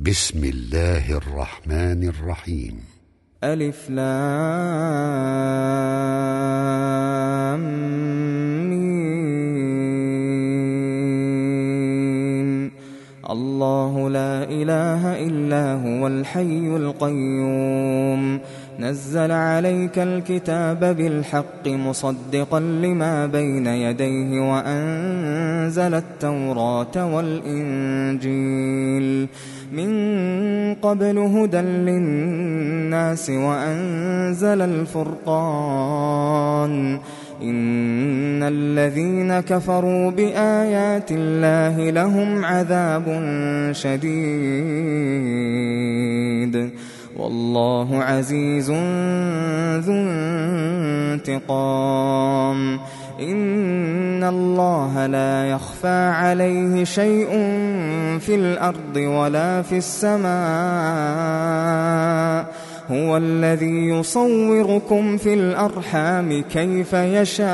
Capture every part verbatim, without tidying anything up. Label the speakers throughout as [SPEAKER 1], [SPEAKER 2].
[SPEAKER 1] بسم الله الرحمن الرحيم.
[SPEAKER 2] ألف لام ميم. الله لا إله إلا هو الحي القيوم، نزل عليك الكتاب بالحق مصدقا لما بين يديه وأنزل التوراة والإنجيل من قبل هدى للناس وأنزل الفرقان. إن الذين كفروا بآيات الله لهم عذاب شديد والله عزيز ذو انتقام. إن الله لا يخفى عليه شيء في الأرض ولا في السماء، هو الذي يصوركم في الأرحام كيف يشاء،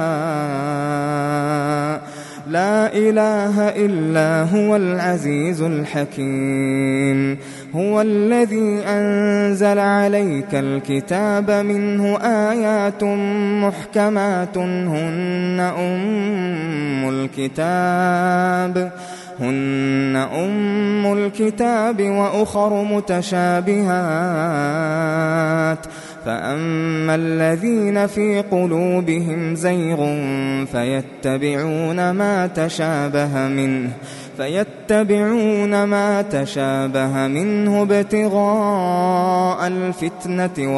[SPEAKER 2] لا إله إلا هو العزيز الحكيم. هو الذي أنزل عليك الكتاب منه آيات محكمات هن أم الكتاب هن أم الكتاب وأخر متشابهات، فأما الذين في قلوبهم زيغ فيتبعون ما تشابه منه فيتبعون ما تشابه منه ابتغاء الفتنة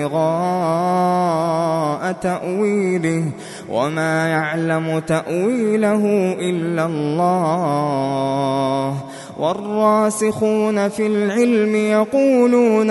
[SPEAKER 2] وابتغاء تأويله، وما يعلم تأويله إلا الله. والراسخون في العلم يقولون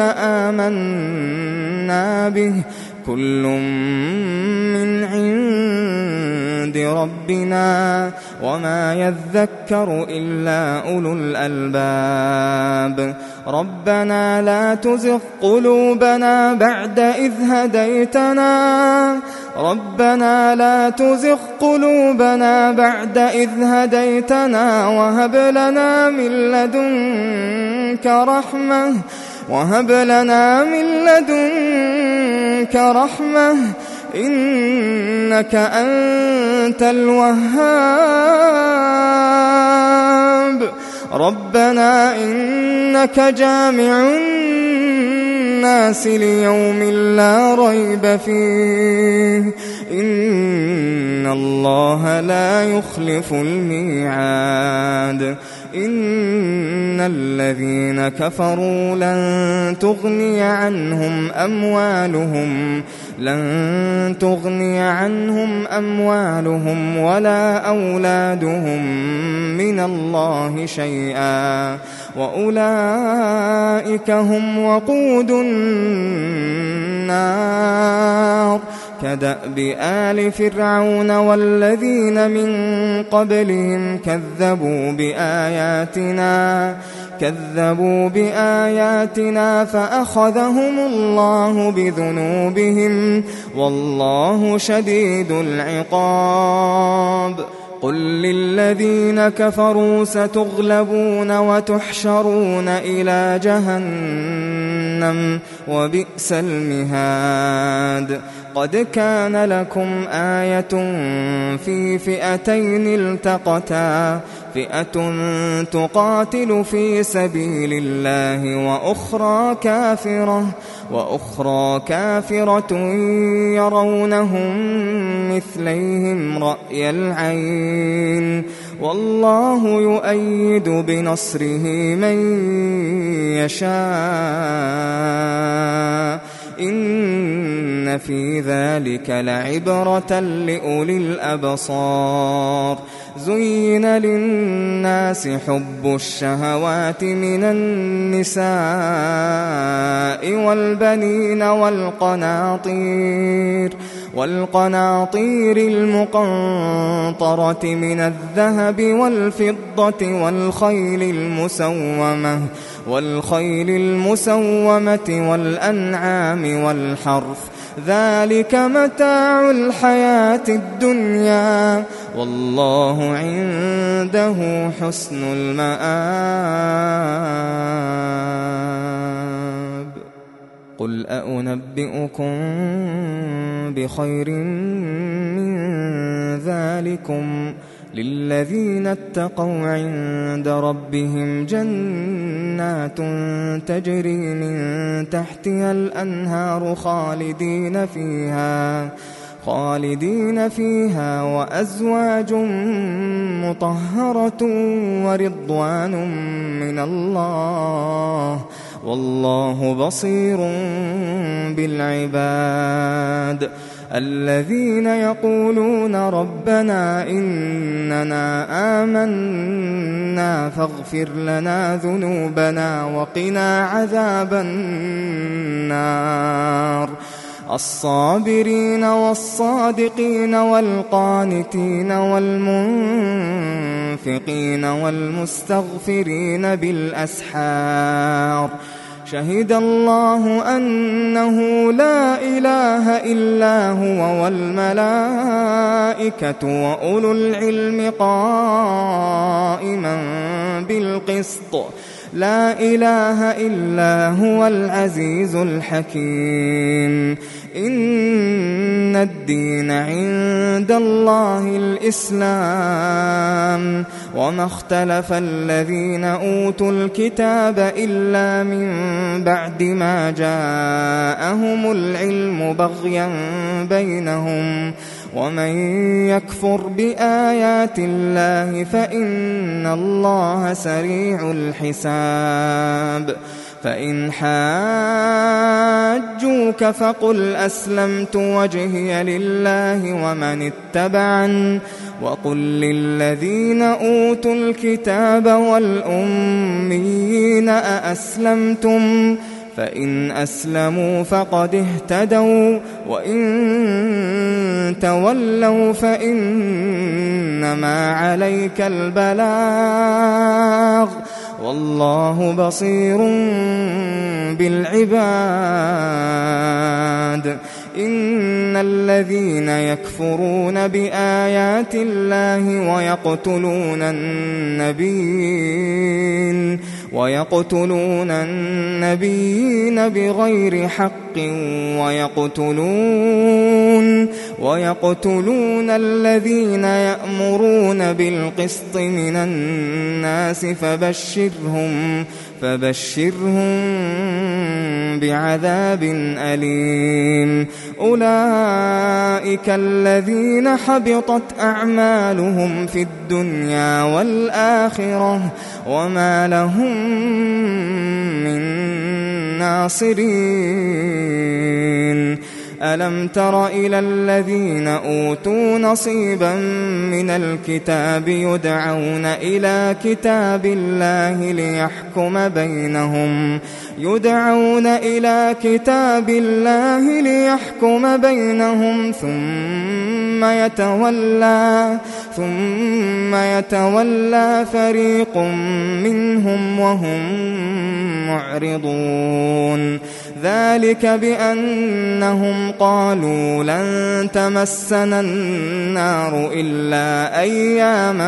[SPEAKER 2] آمنا به كل من عند ربنا وما يذكر إلا أولو الألباب. ربنا لا تزغ قلوبنا بعد إذ هديتنا ربنا لا تزغ قلوبنا بعد إذ هديتنا وهب لنا من لدنك رحمة وهب لنا من لدنك رحمة إنك أنت الوهاب. ربنا إنك جامع الناس ليوم لا ريب فيه إن الله لا يخلف الميعاد. إن الذين كفروا لن تغني عنهم أموالهم لن تغني عنهم أموالهم ولا أولادهم من الله شيئا وأولئك هم وقود النار. كدأب آل فرعون والذين من قبلهم كذبوا بآياتنا كذبوا بآياتنا فأخذهم الله بذنوبهم والله شديد العقاب. قل للذين كفروا ستغلبون وتحشرون إلى جهنم وبئس المهاد. قد كان لكم آية في فئتين التقتا، فئة تقاتل في سبيل الله وأخرى كافرة وأخرى كافرة يرونهم مثليهم رأي العين والله يؤيد بنصره من يشاء. إن في ذلك لعبرة لأولي الأبصار. زين للناس حب الشهوات من النساء والبنين والقناطير والقناطير المقنطرة من الذهب والفضة والخيل المسومة والخيل المسومة والأنعام والحرث ذلك متاع الحياة الدنيا والله عنده حسن المآب. قل أأنبئكم بخير من ذلكم للذين اتقوا عند ربهم جنات تجري من تحتها الأنهار خالدين فيها خالدين فيها وأزواج مطهرة ورضوان من الله والله بصير بالعباد الذين يقولون ربنا إننا آمنا فاغفر لنا ذنوبنا وقنا عذاب النار الصابرين والصادقين والقانتين والمنفقين والمستغفرين بالأسحار شهد الله أنه لا إله إلا هو والملائكة وأولو العلم قائما بالقسط لا إله إلا هو العزيز الحكيم إن الدين عند الله الإسلام وما اختلف الذين أوتوا الكتاب إلا من بعد ما جاءهم العلم بغيا بينهم ومن يكفر بآيات الله فإن الله سريع الحساب فإن حاجوك فقل أسلمت وجهي لله ومن اتبعن وقل للذين أوتوا الكتاب والأميين أأسلمتم فإن أسلموا فقد اهتدوا وإن تولوا فإنما عليك البلاغ والله بصير بالعباد إن الذين يكفرون بآيات الله ويقتلون النبيين ويقتلون النبيين بغير حق ويقتلون ويقتلون الذين يأمرون بالقسط من الناس فبشرهم فبشرهم بعذاب أليم أولئك الذين حبطت أعمالهم في الدنيا والآخرة وما لهم من ناصرين ألم تر إلى الذين أوتوا نصيبا من الكتاب يدعون إلى كتاب الله ليحكم بينهم يدعون إلى كتاب الله ليحكم بينهم ثم يتولى ثم يتولى فريق منهم وهم معرضون ذلك بأنهم قالوا لن تمسنا النار إلا أياما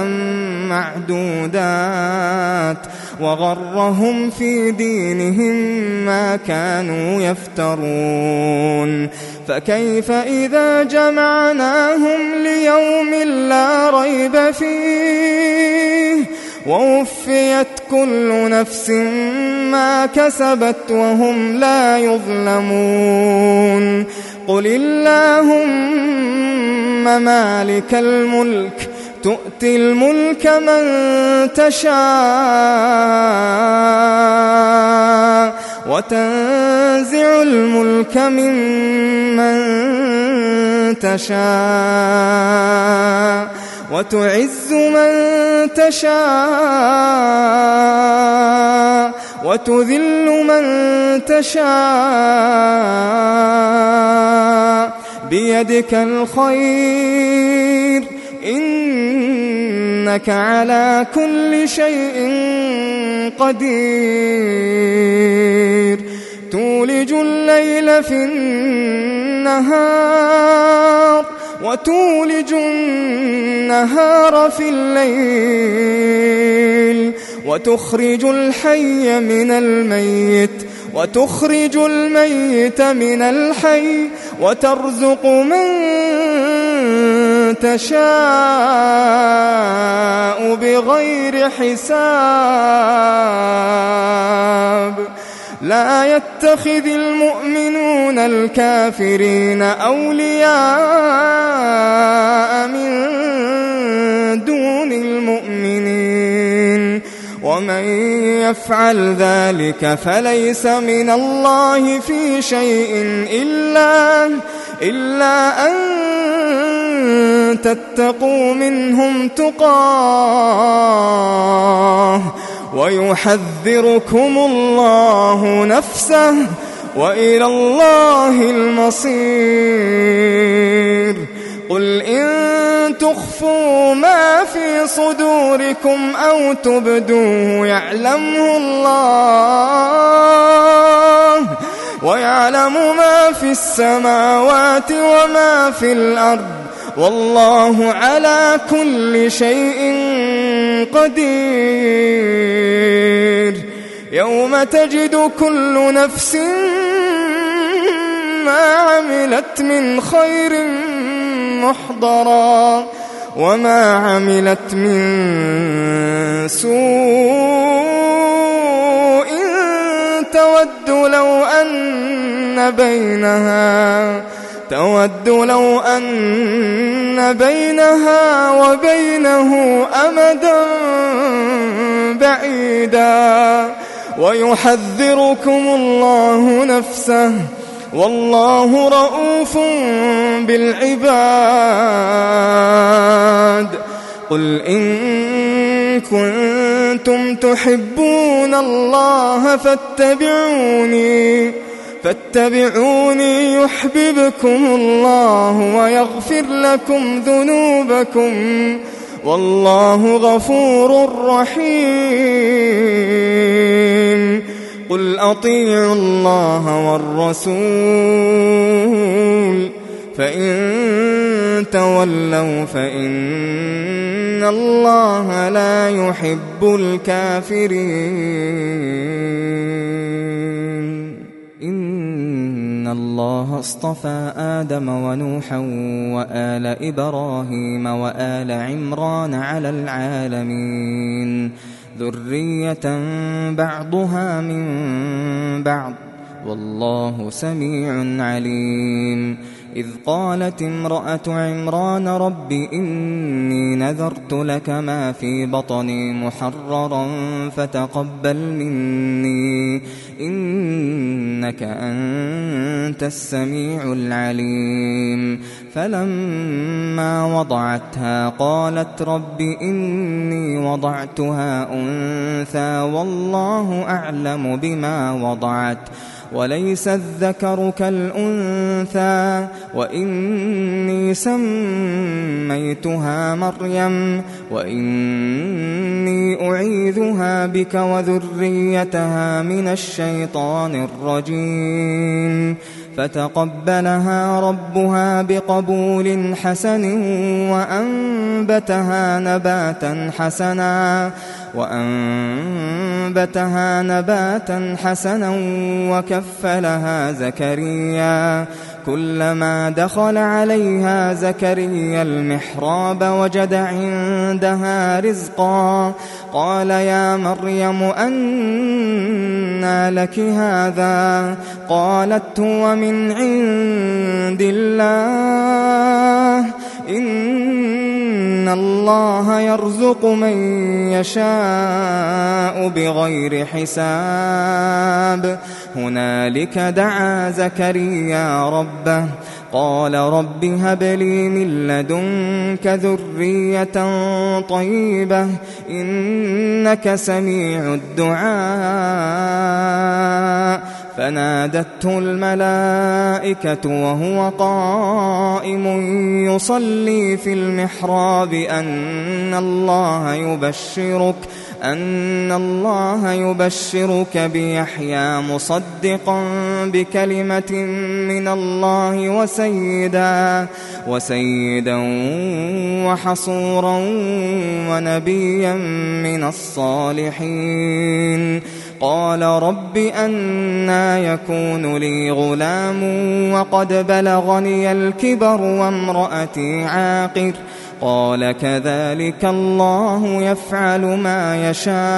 [SPEAKER 2] معدودات وغرهم في دينهم ما كانوا يفترون فكيف إذا جمعناهم ليوم لا ريب فيه ووفيت كل نفس ما كسبت وهم لا يظلمون قل اللهم مالك الملك تؤتي الملك من تشاء وتنزع الملك ممن تشاء وتعز من تشاء وتذل من تشاء بيدك الخير إنك على كل شيء قدير تولج الليل في النهار وتولج النهار في الليل وتخرج الحي من الميت وتخرج الميت من الحي وترزق من تشاء بغير حساب لا يتخذ المؤمنون الكافرين أولياء من دون المؤمنين ومن يفعل ذلك فليس من الله في شيء إلا, إلا أن تتقوا منهم تقاه ويحذركم الله نفسه وإلى الله المصير. قل إن تخفوا ما في صدوركم أو تبدوه يعلمه الله ويعلم ما في السماوات وما في الأرض والله على كل شيء قدير. يوم تجد كل نفس ما عملت من خير محضرا وما عملت من سوء تود لو أن بينها تود لو أن بينها وبينه أمدا بعيدا ويحذركم الله نفسه والله رؤوف بالعباد. قل إن كنتم تحبون الله فاتبعوني فاتبعوني يحببكم الله ويغفر لكم ذنوبكم والله غفور رحيم. قل أطيعوا الله والرسول فإن تولوا فإن الله لا يحب الكافرين. إن الله اصطفى آدم ونوحا وآل إبراهيم وآل عمران على العالمين ذرية بعضها من بعض والله سميع عليم. إذ قالت امرأة عمران رب إني نذرت لك ما في بطني محررا فتقبل مني إنك أنت السميع العليم. فلما وضعتها قالت رب إني وضعتها أنثى والله أعلم بما وضعت وليس الذكر كالأنثى وإني سميتها مريم وإني أعيذها بك وذريتها من الشيطان الرجيم. فتقبلها ربها بقبول حسن وأنبتها نباتا حسنا وأنبتها نباتا حسنا وكفلها زكريا كلما دخل عليها زكريا المحراب وجد عندها رزقا قال يا مريم أنى لك هذا قالت هو من عند الله إن الله يرزق من يشاء بغير حساب. هنالك دعا زكريا ربه قال رب هب لي من لدنك ذرية طيبة إنك سميع الدعاء. فنادته الملائكة وهو قائم يصلي في المحراب أن الله يبشرك أن الله يبشرك بيحيى مصدقا بكلمة من الله وسيدا وسيدا وحصورا ونبيا من الصالحين. قال رب أنى يكون لي غلام وقد بلغني الكبر وامرأتي عاقر قال كذلك الله يفعل ما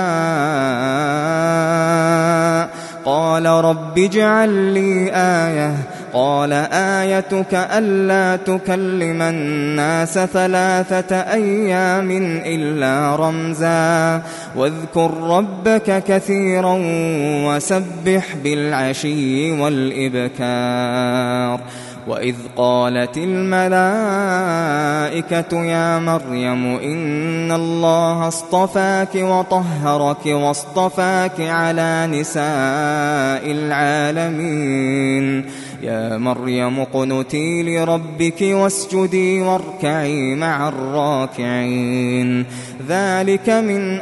[SPEAKER 2] يشاء قال رب اجعل لي آية قال آيتك ألا تكلم الناس ثلاثة أيام إلا رمزا واذكر ربك كثيرا وسبح بالعشي والإبكار وإذ قالت الملائكة يا مريم إن الله اصطفاك وطهرك واصطفاك على نساء العالمين يا مريم اقنتي لربك واسجدي واركعي مع الراكعين ذلك من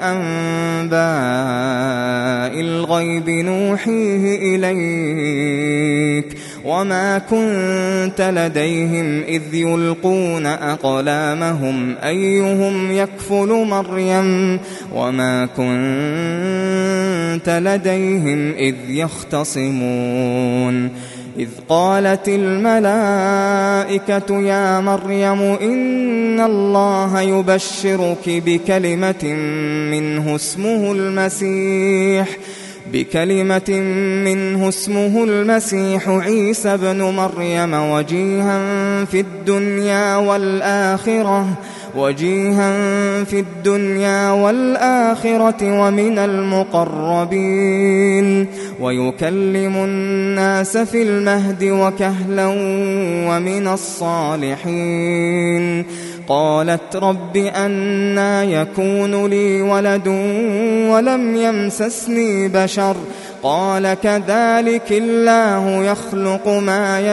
[SPEAKER 2] أنباء الغيب نوحيه إليك وما كنت لديهم إذ يلقون أقلامهم أيهم يكفل مريم وما كنت لديهم إذ يختصمون إذ قالت الملائكة يا مريم إن الله يبشرك بكلمة منه اسمه المسيح بكلمة منه اسمه المسيح عيسى ابن مريم وجيها في الدنيا والآخرة وجيها في الدنيا والآخرة ومن المقربين ويكلم الناس في المهد وكهلا ومن الصالحين قالت رب أنى يكون لي ولد ولم يمسسني بشر قال كذلك الله يخلق ما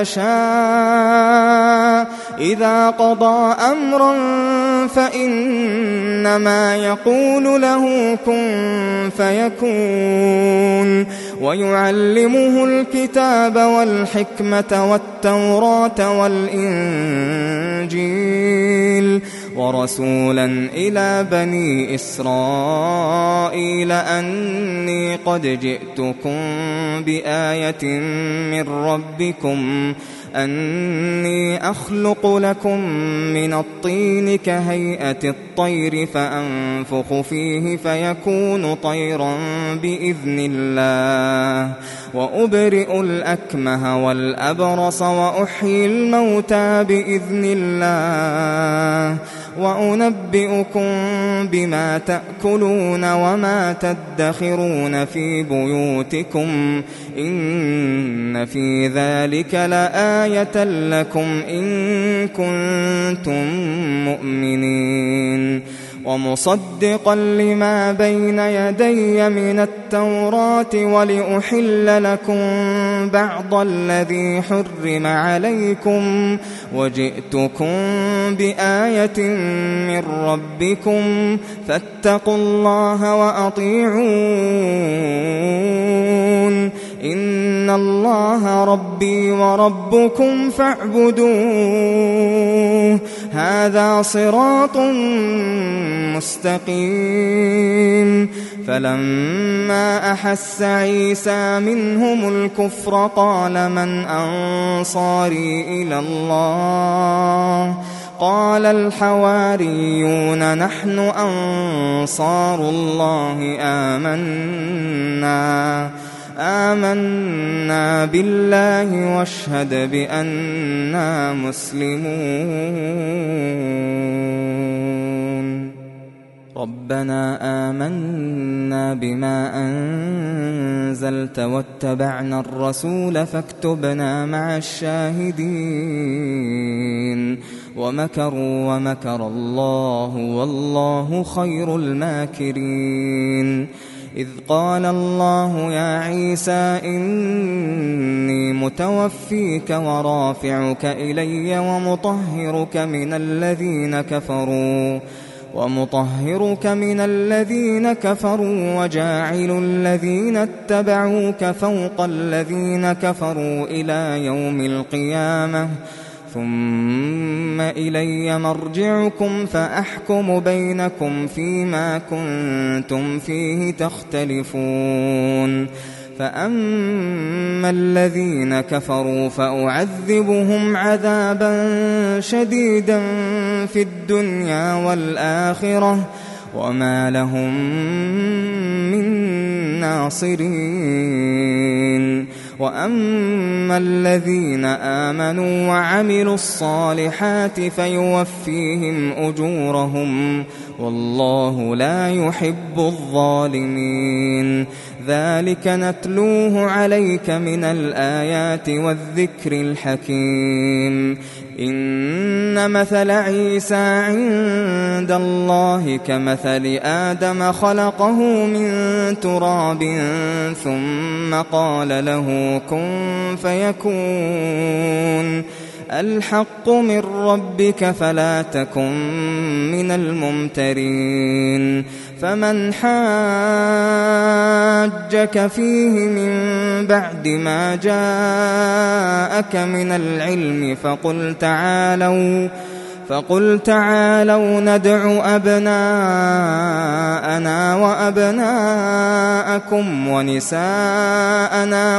[SPEAKER 2] يشاء إذا قضى أمرا فإنما يقول له كن فيكون ويعلمه الكتاب والحكمة والتوراة والإنجيل ورسولا إلى بني إسرائيل أني قد جئتكم بآية من ربكم أني أخلق لكم من الطين كهيئة الطير فأنفخ فيه فيكون طيرا بإذن الله وأبرئ الأكمه والأبرص وأحيي الموتى بإذن الله وأنبئكم بما تأكلون وما تدخرون في بيوتكم إن في ذلك لآية لكم إن كنتم مؤمنين ومصدقا لما بين يدي من التوراة ولأحل لكم بعض الذي حرم عليكم وجئتكم بآية من ربكم فاتقوا الله وأطيعون إن الله ربي وربكم فاعبدوه هذا صراط مستقيم فلما أحس عيسى منهم الكفر قال من أنصاري إلى الله قال الحواريون نحن أنصار الله آمنا آمنا بالله واشهد بأننا مسلمون ربنا آمنا بما أنزلت واتبعنا الرسول فاكتبنا مع الشاهدين ومكروا ومكر الله والله خير الماكرين إذ قال الله يا عيسى إني متوفيك ورافعك إلي ومطهرك من الذين كفروا ومطهرك من الذين كفروا وجاعل الذين اتبعوك فوق الذين كفروا إلى يوم القيامة ثم إلي مرجعكم فأحكم بينكم فيما كنتم فيه تختلفون فأما الذين كفروا فأعذبهم عذابا شديدا في الدنيا والآخرة وما لهم من ناصرين وأما الذين آمنوا وعملوا الصالحات فيوفيهم أجورهم والله لا يحب الظالمين ذلك نتلوه عليك من الآيات والذكر الحكيم إن مثل عيسى عند الله كمثل آدم خلقه من تراب ثم قال له كن فيكون الحق من ربك فلا تكن من الممترين فمن حاجك فيه من بعد ما جاءك من العلم فقل تعالوا فقل تعالوا ندع أبناءنا وأبناءكم ونساءنا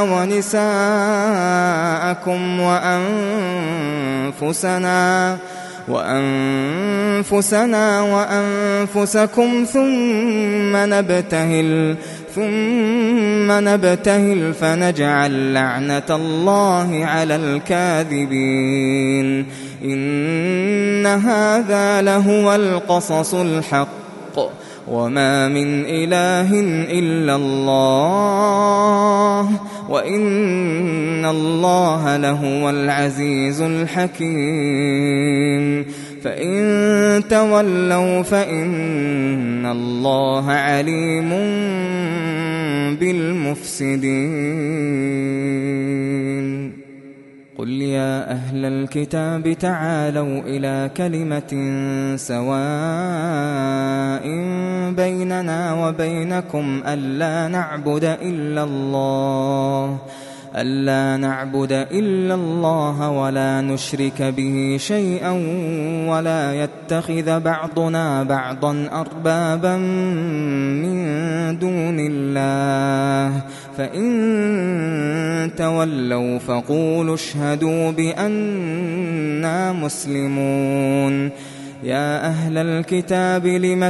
[SPEAKER 2] ونساءكم وأنفسنا وأنفسنا وأنفسكم ثم نبتهل ثم نبتهل فنجعل لعنة الله على الكاذبين إن هذا لهو القصص الحق وما من إله إلا الله وإن الله لهو العزيز الحكيم فإن تولوا فإن الله عليم بالمفسدين قل يا أهل الكتاب تعالوا إلى كلمة سواء بيننا وبينكم ألا نعبد إلا الله ألا نعبد إلا الله ولا نشرك به شيئا ولا يتخذ بعضنا بعضا أربابا من دون الله فإن تولوا فقولوا اشهدوا بأننا مسلمون يا أهل الكتاب لم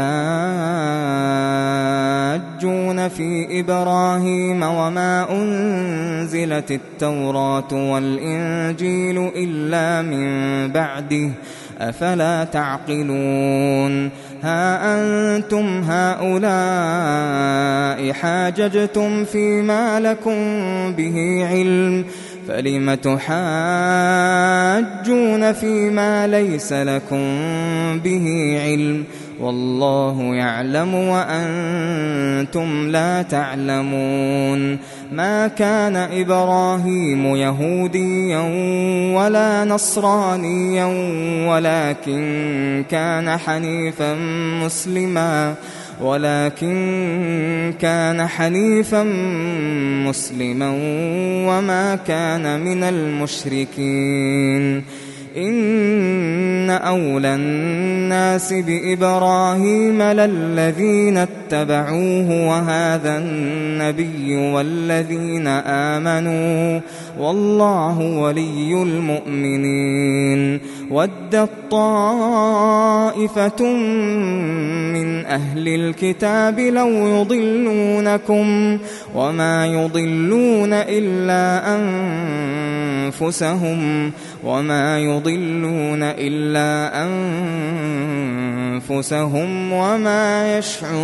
[SPEAKER 2] تحاجون في إبراهيم وما أنزلت التوراة والإنجيل إلا من بعده أفلا تعقلون ها أنتم هؤلاء حاججتم فيما لكم به علم فلم تحاجون فيما ليس لكم به علم والله يعلم وأنتم لا تعلمون ما كان إبراهيم يهوديا ولا نصرانيا ولكن كان حنيفا مسلما ولكن كان حنيفا مسلما وما كان من المشركين إن أولى الناس بإبراهيم للذين اتبعوه وهذا النبي والذين آمنوا والله ولي المؤمنين ودت طائفة من أهل الكتاب لو يضلونكم وما يضلون إلا أنفسهم وما يضلون إلا أنفسهم وما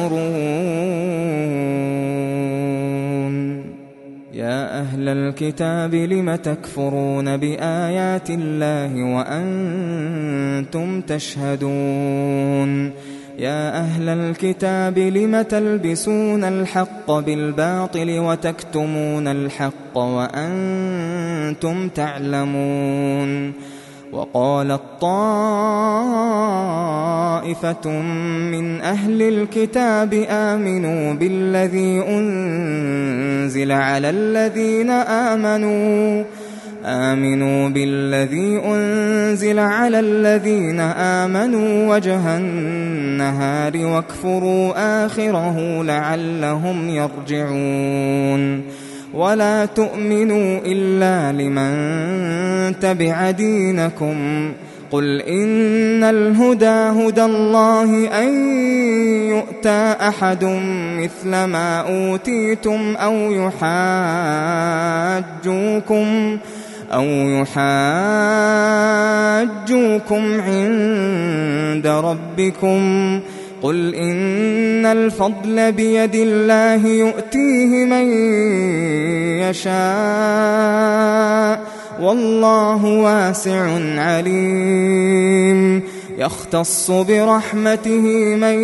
[SPEAKER 2] يشعرون يا أهل الكتاب لم تكفرون بآيات الله وأنتم تشهدون يا أهل الكتاب لم تلبسون الحق بالباطل وتكتمون الحق وأنتم تعلمون وقالت طائفة من أهل الكتاب آمنوا بالذي أنزل على الذين آمنوا آمنوا بالذي أنزل على الذين آمنوا وجه النهار واكفروا آخره لعلهم يرجعون ولا تؤمنوا إلا لمن تبع دينكم قل إن الهدى هدى الله أن يؤتى أحد مثل ما أوتيتم أو يحاجوكم أو يحاجوكم عند ربكم قل إن الفضل بيد الله يؤتيه من يشاء والله واسع عليم يختص برحمته من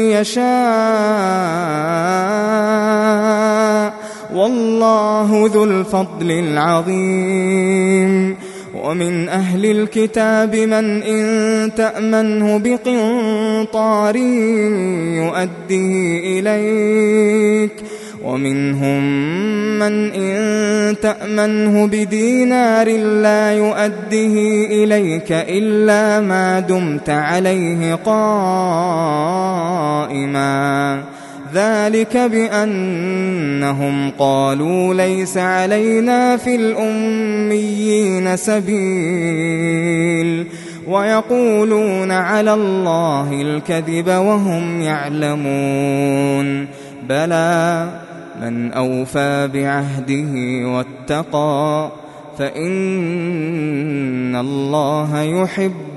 [SPEAKER 2] يشاء والله ذو الفضل العظيم ومن أهل الكتاب من إن تأمنه بقنطار يؤديه إليك ومنهم من إن تأمنه بدينار لا يؤديه إليك إلا ما دمت عليه قائما ذلك بأنهم قالوا ليس علينا في الأميين سبيل ويقولون على الله الكذب وهم يعلمون بلى من أوفى بعهده واتقى فإن الله يحب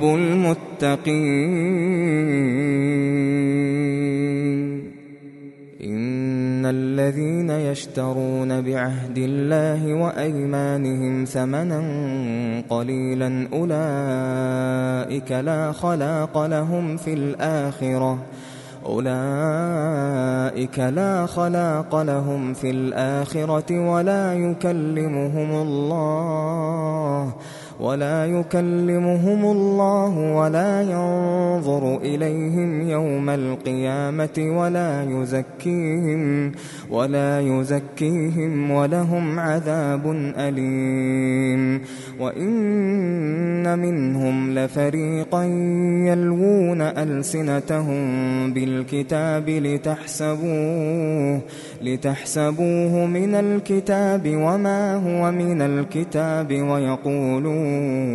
[SPEAKER 2] المتقين إن الذين يشترون بعهد الله وأيمانهم ثمنا قليلا أولئك لا خلاق لهم في الآخرة أولئك لا خلاق لهم في الآخرة ولا يكلمهم الله ولا يكلمهم الله ولا ينظر إليهم يوم القيامة ولا يزكيهم ولا يزكيهم ولهم عذاب أليم وإن منهم لفريقا يلوون ألسنتهم بالكتاب لتحسبوه لتحسبوه من الكتاب وما هو من الكتاب ويقولون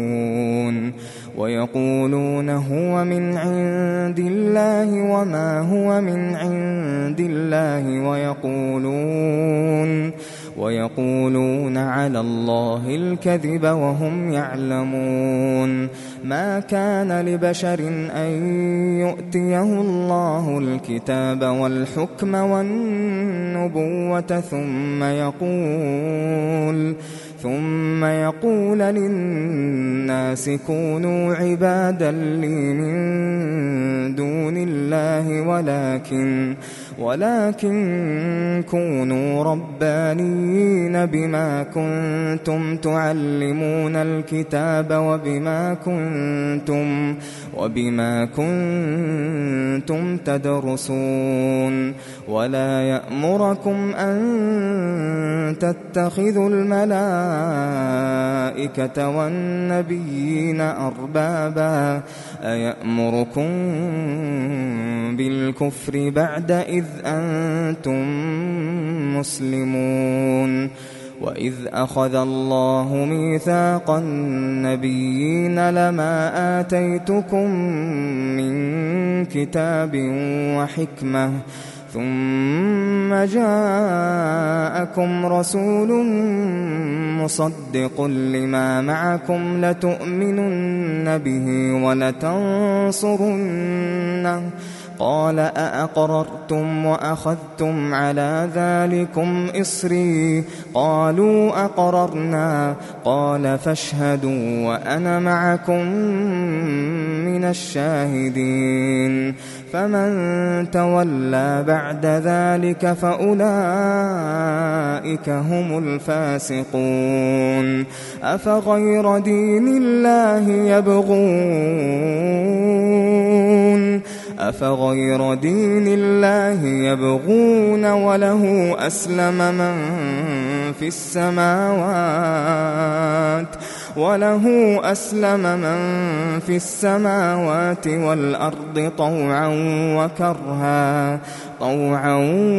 [SPEAKER 2] ويقولون هو من عند الله وما هو من عند الله ويقولون ويقولون على الله الكذب وهم يعلمون ما كان لبشر أن يؤتيه الله الكتاب والحكم والنبوة ثم يقول ثم يقول للناس كونوا عبادا لي من دون الله ولكن ولكن كونوا ربانيين بما كنتم تعلمون الكتاب وبما كنتم وبما كنتم تدرسون ولا يأمركم أن تتخذوا الملائكة والنبيين أربابا أيأمركم بالكفر بعد إذ أنتم مسلمون وإذ أخذ الله ميثاق النبيين لما آتيتكم من كتاب وحكمة ثم جاءكم رسول مصدق لما معكم لتؤمنن به ولتنصرنه قال أأقررتم وأخذتم على ذلكم إصري قالوا أقررنا قال فاشهدوا وأنا معكم من الشاهدين فمن تولى بعد ذلك فأولئك هم الفاسقون أفغير دين الله يبغون أفغير دين الله يبغون وله أسلم من في السماوات وله أسلم من في السماوات والأرض طوعا وكرها طوعا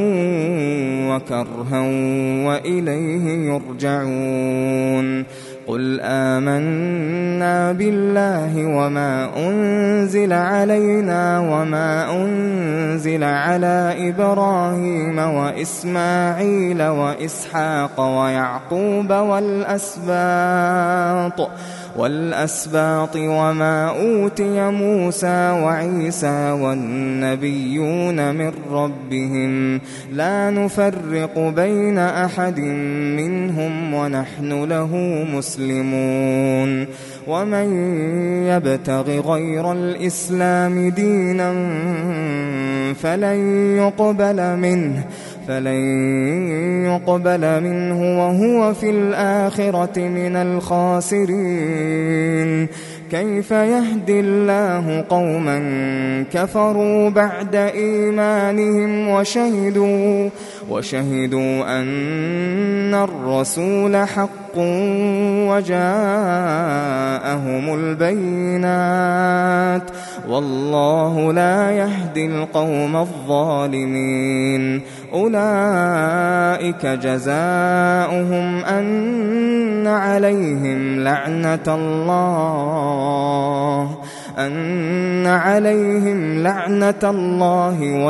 [SPEAKER 2] وكرها وإليه يرجعون قل آمنا بالله وما أنزل علينا وما أنزل على إبراهيم وإسماعيل وإسحاق ويعقوب والأسباط والأسباط وما أوتي موسى وعيسى والنبيون من ربهم لا نفرق بين أحد منهم ونحن له مسلمون ومن يبتغ غير الإسلام دينا فلن يقبل منه فلن يقبل منه وهو في الآخرة من الخاسرين كيف يهدي الله قوما كفروا بعد إيمانهم وشهدوا وشهدوا أن الرسول حق وجاءهم البينات والله لا يهدي القوم الظالمين أولئك جزاؤهم أن عليهم لعنة الله أن عليهم لعنة الله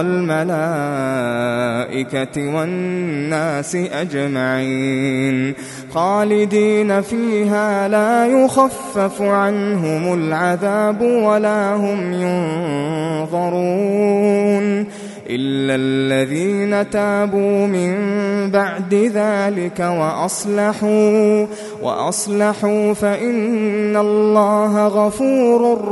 [SPEAKER 2] والملائكة والناس أجمعين خالدين فيها لا يخفف عنهم العذاب ولا هم ينظرون إلا الذين تابوا من بعد ذلك وأصلحوا وأصلحوا فإن الله غفور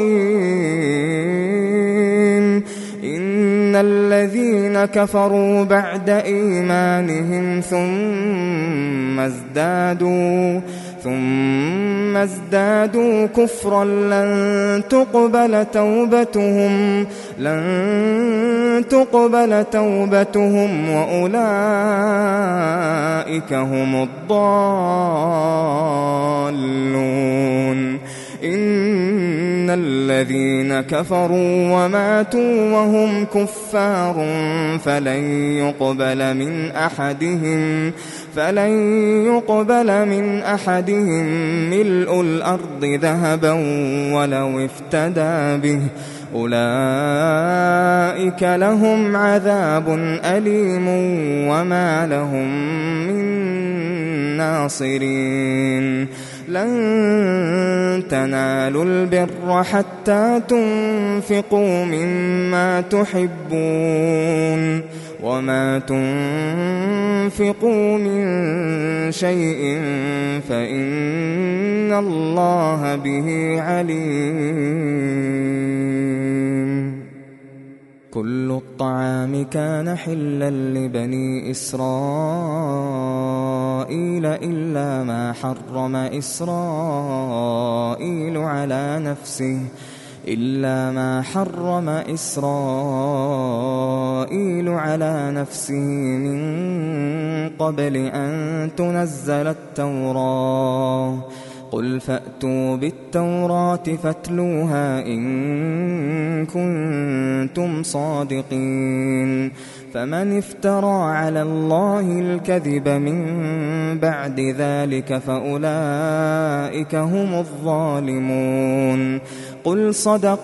[SPEAKER 2] رحيم إن الذين كفروا بعد إيمانهم ثم ازدادوا ثم ازدادوا كفرا لن تقبل توبتهم لن تقبل توبتهم وأولئك هم الضالون إن الذين كفروا وماتوا وهم كفار فلن يقبل من أحدهم فلن يقبل من أحدهم ملء الأرض ذهبا ولو افتدى به أولئك لهم عذاب أليم وما لهم من ناصرين لن تنالوا البر حتى تنفقوا مما تحبون وما تنفقوا من شيء فإن الله به عليم كل الطعام كان حلا لبني إسرائيل إلا ما حرم إسرائيل على نفسه إلا ما حرم إسرائيل على نفسه من قبل أن تنزل التوراة قل فأتوا بالتوراة فاتلوها إن كنتم صادقين فمن افترى على الله الكذب من بعد ذلك فأولئك هم الظالمون قل صدق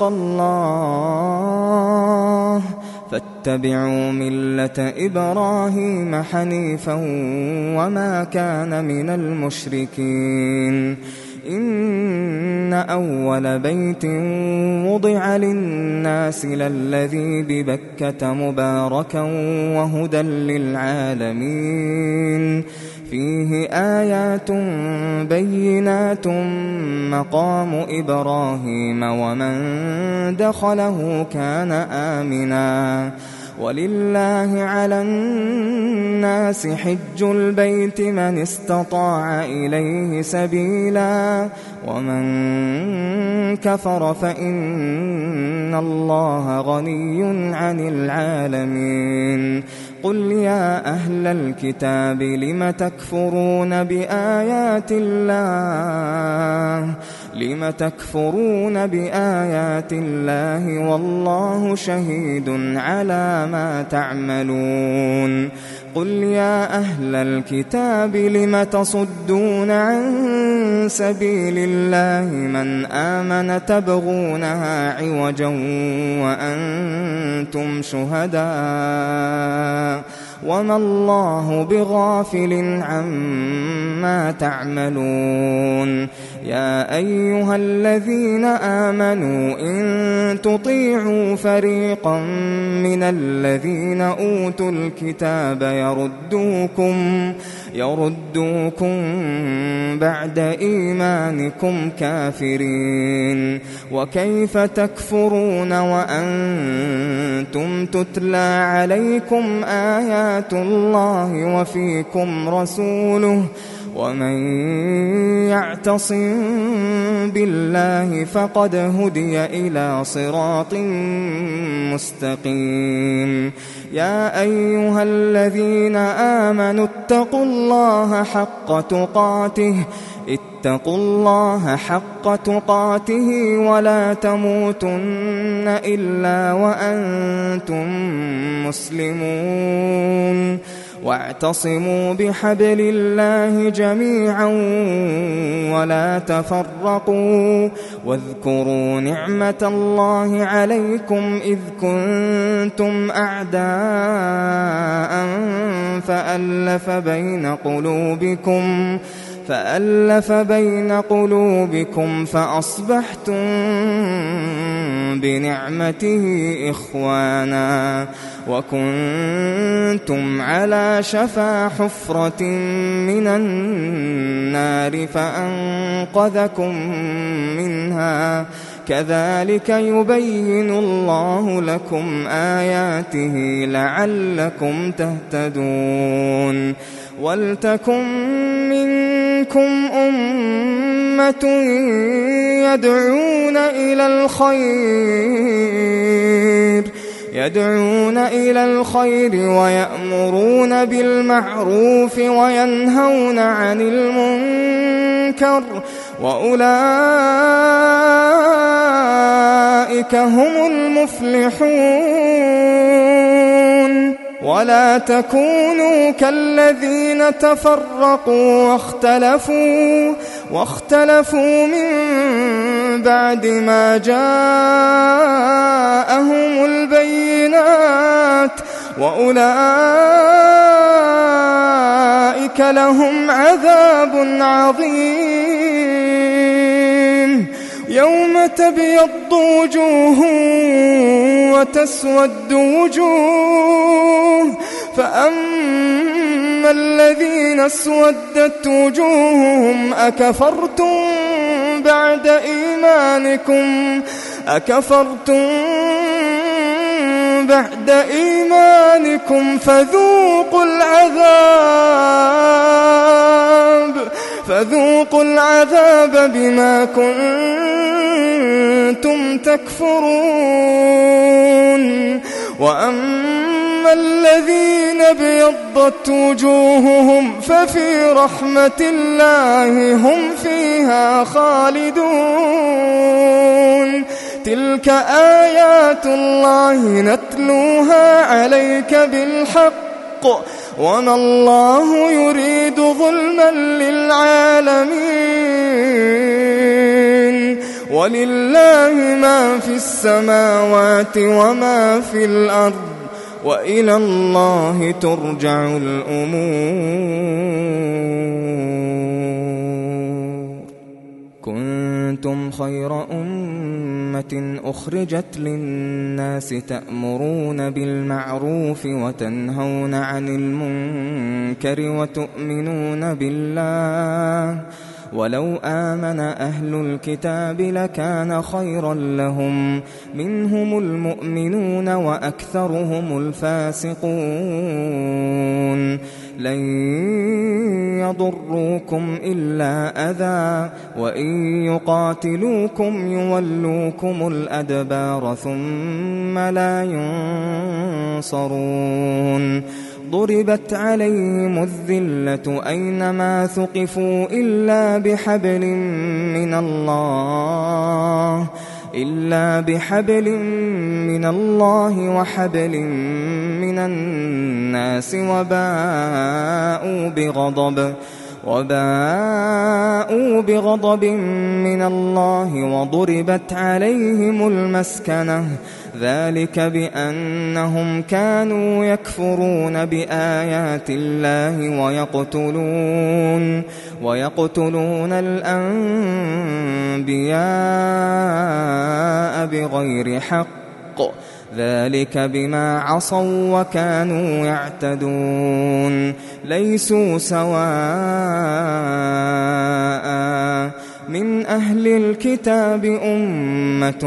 [SPEAKER 2] الله فاتبعوا ملة إبراهيم حنيفا وما كان من المشركين إن أول بيت وضع للناس للذي ببكة مباركا وهدى للعالمين فيه آيات بينات مقام إبراهيم ومن دخله كان آمنا ولله على الناس حج البيت من استطاع إليه سبيلا ومن كفر فإن الله غني عن العالمين قل يا أهل الكتاب لم تكفرون بآيات الله لم تكفرون بآيات الله والله شهيد على ما تعملون قل يا أهل الكتاب لم تصدون عن سبيل الله من آمن تبغونها عوجا وأنتم شهداء وما الله بغافل عما تعملون يا أيها الذين آمنوا إن تطيعوا فريقا من الذين أوتوا الكتاب يردوكم يردوكم بعد إيمانكم كافرين وكيف تكفرون وأنتم تتلى عليكم آيات الله وفيكم رسوله ومن يعتصم بالله فقد هدي إلى صراط مستقيم يا أيها الذين آمنوا اتقوا الله حق تقاته اتقوا الله حق تقاته ولا تموتن إلا وأنتم مسلمون واعتصموا بحبل الله جميعا ولا تفرقوا واذكروا نعمة الله عليكم إذ كنتم أعداء فألف بين قلوبكم فألف بين قلوبكم فأصبحتم بنعمته إخوانا وكنتم على شفا حفرة من النار فأنقذكم منها كذلك يبين الله لكم آياته لعلكم تهتدون ولتكن منكم أمة يدعون إلى الخير يدعون إلى الخير ويأمرون بالمعروف وينهون عن المنكر وأولئك هم المفلحون ولا تكونوا كالذين تفرقوا واختلفوا واختلفوا من بعد ما جاءهم البينات وأولئك لهم عذاب عظيم يوم تبيض وجوه وتسود وجوه فأما الذين اسودت وجوههم أكفرتم بعد إيمانكم أكفرتم بعد إيمانكم فذوقوا العذاب فذوقوا العذاب بما كنتم تكفرون وأما الذين ابيضت وجوههم ففي رحمة الله هم فيها خالدون تلك آيات الله نتلوها عليك بالحق وما الله يريد ظلما للعالمين ولله ما في السماوات وما في الأرض وإلى الله ترجع الأمور كنتم خير أمة أخرجت للناس تأمرون بالمعروف وتنهون عن المنكر وتؤمنون بالله ولو آمن أهل الكتاب لكان خيرا لهم منهم المؤمنون وأكثرهم الفاسقون لن يضروكم إلا أذى وإن يقاتلوكم يولوكم الأدبار ثم لا ينصرون ضربت عليهم الذلة أينما ثقفوا إلا بحبل من الله إلا بحبل من الله وحبل من الناس وباءوا بغضب وباءوا بغضب من الله وضربت عليهم المسكنة ذلك بأنهم كانوا يكفرون بآيات الله ويقتلون ويقتلون الأنبياء بغير حق ذلك بما عصوا وكانوا يعتدون ليسوا سواء من أهل الكتاب أمة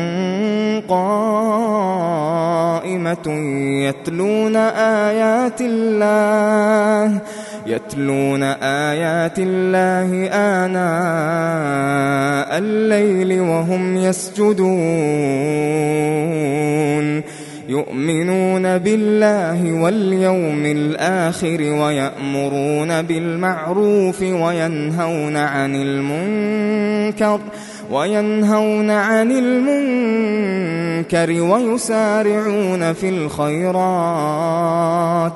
[SPEAKER 2] قائمة يتلون آيات الله يتلون آيات الله آناء الليل وهم يسجدون يؤمنون بالله واليوم الآخر ويأمرون بالمعروف وينهون عن المنكر وينهون عن المنكر ويسارعون في الخيرات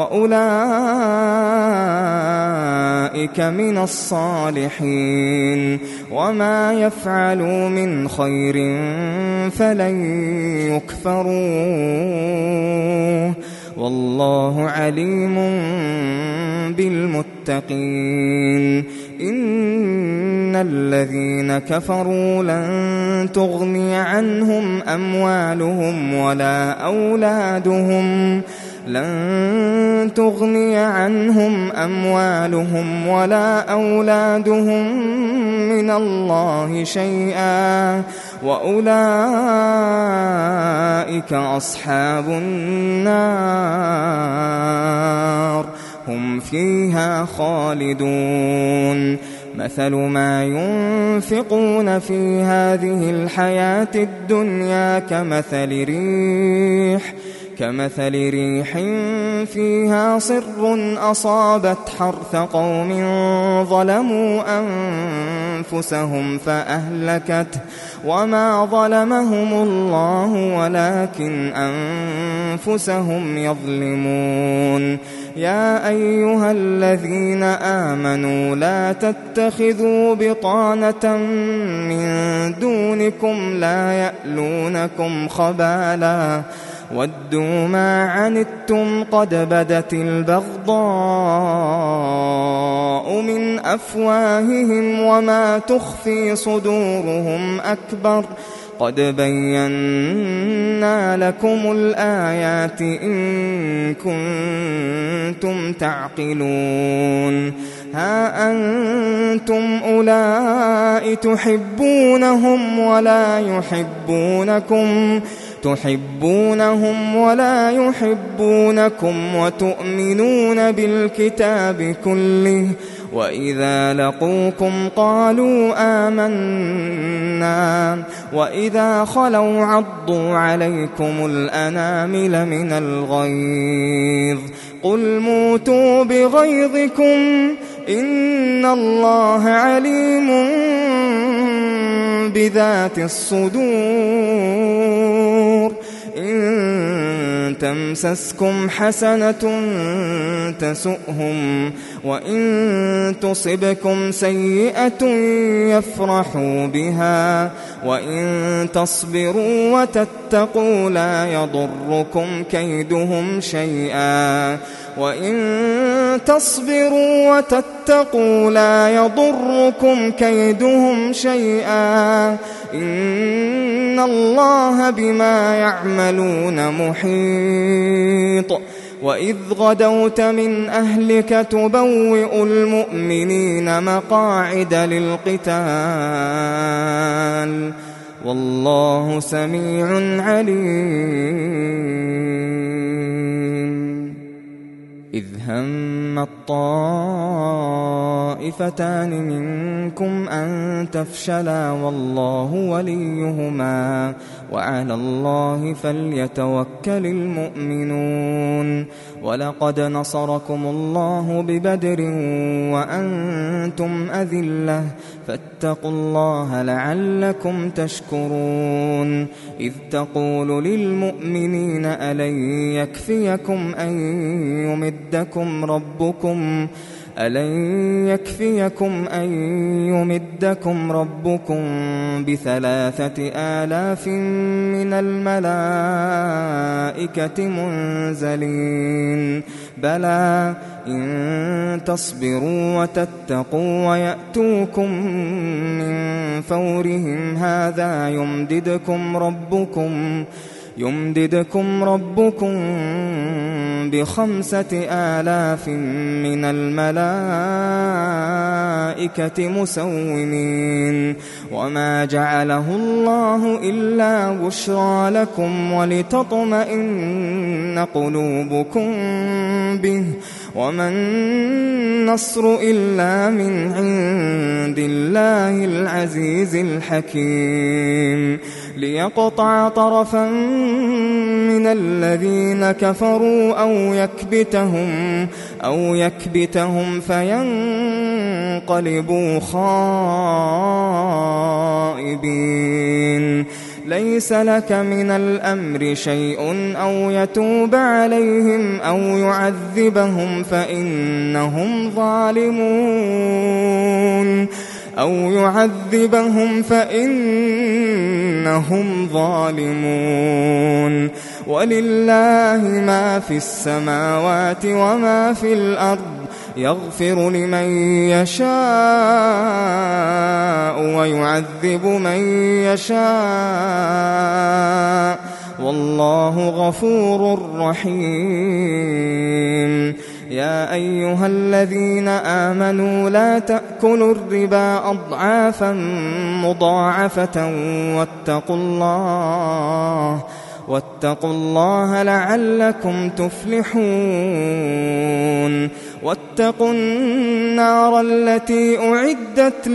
[SPEAKER 2] وأولئك من الصالحين وما يفعلوا من خير فلن يكفروه والله عليم بالمتقين إن الذين كفروا لن تغني عنهم أموالهم ولا أولادهم لن تغني عنهم أموالهم ولا أولادهم من الله شيئا وأولئك أصحاب النار هم فيها خالدون مثل ما ينفقون في هذه الحياة الدنيا كمثل ريح كمثل ريح فيها صر أصابت حرث قوم ظلموا أنفسهم فأهلكته وما ظلمهم الله ولكن أنفسهم يظلمون يا أيها الذين آمنوا لا تتخذوا بطانة من دونكم لا يألونكم خبالا ودوا ما عنتم قد بدت البغضاء من أفواههم وما تخفي صدورهم أكبر قد بينا لكم الآيات إن كنتم تعقلون ها أنتم أولئك تحبونهم ولا يحبونكم تحبونهم ولا يحبونكم وتؤمنون بالكتاب كله وإذا لقوكم قالوا آمنا وإذا خلوا عضوا عليكم الأنامل من الغيظ قل موتوا بغيظكم إن الله عليم بذات الصدور إن تمسسكم حسنة تسؤهم وإن تصبكم سيئة يفرحوا بها وإن تصبروا وتتقوا لا يضركم كيدهم شيئا وإن تصبروا وتتقوا لا يضركم كيدهم شيئا إن الله بما يعملون محيط وإذ غدوت من أهلك تبوئ المؤمنين مقاعد للقتال والله سميع عليم. إذ هم الطائفتان منكم أن تفشلا والله وليهما وعلى الله فليتوكل المؤمنون. ولقد نصركم الله ببدر وأنتم أذلة فاتقوا الله لعلكم تشكرون. إذ تقول للمؤمنين ألن يكفيكم أن يمدكم ربكم ألن يكفيكم أن يمدكم ربكم بثلاثة آلاف من الملائكة منزلين بلى إن تصبروا وتتقوا ويأتوكم من فورهم هذا يمددكم ربكم يمددكم ربكم بخمسة آلاف من الملائكة مسومين. وما جعله الله إلا بشرى لكم ولتطمئن قلوبكم به وما النصر إلا من عند الله العزيز الحكيم. ليقطع طرفا من الذين كفروا أو يكبتهم أو يكبتهم فينقلبوا خائبين. ليس لك من الأمر شيء أو يتوب عليهم أو يعذبهم فإنهم ظالمون أو يعذبهم فإنهم ظالمون. ولله ما في السماوات وما في الأرض يغفر لمن يشاء ويعذب من يشاء والله غفور رحيم. يا أيها الذين آمنوا لا تأكلوا الربا أضعافا مضاعفة واتقوا الله واتقوا الله لعلكم تفلحون. واتقوا النار التي أعدت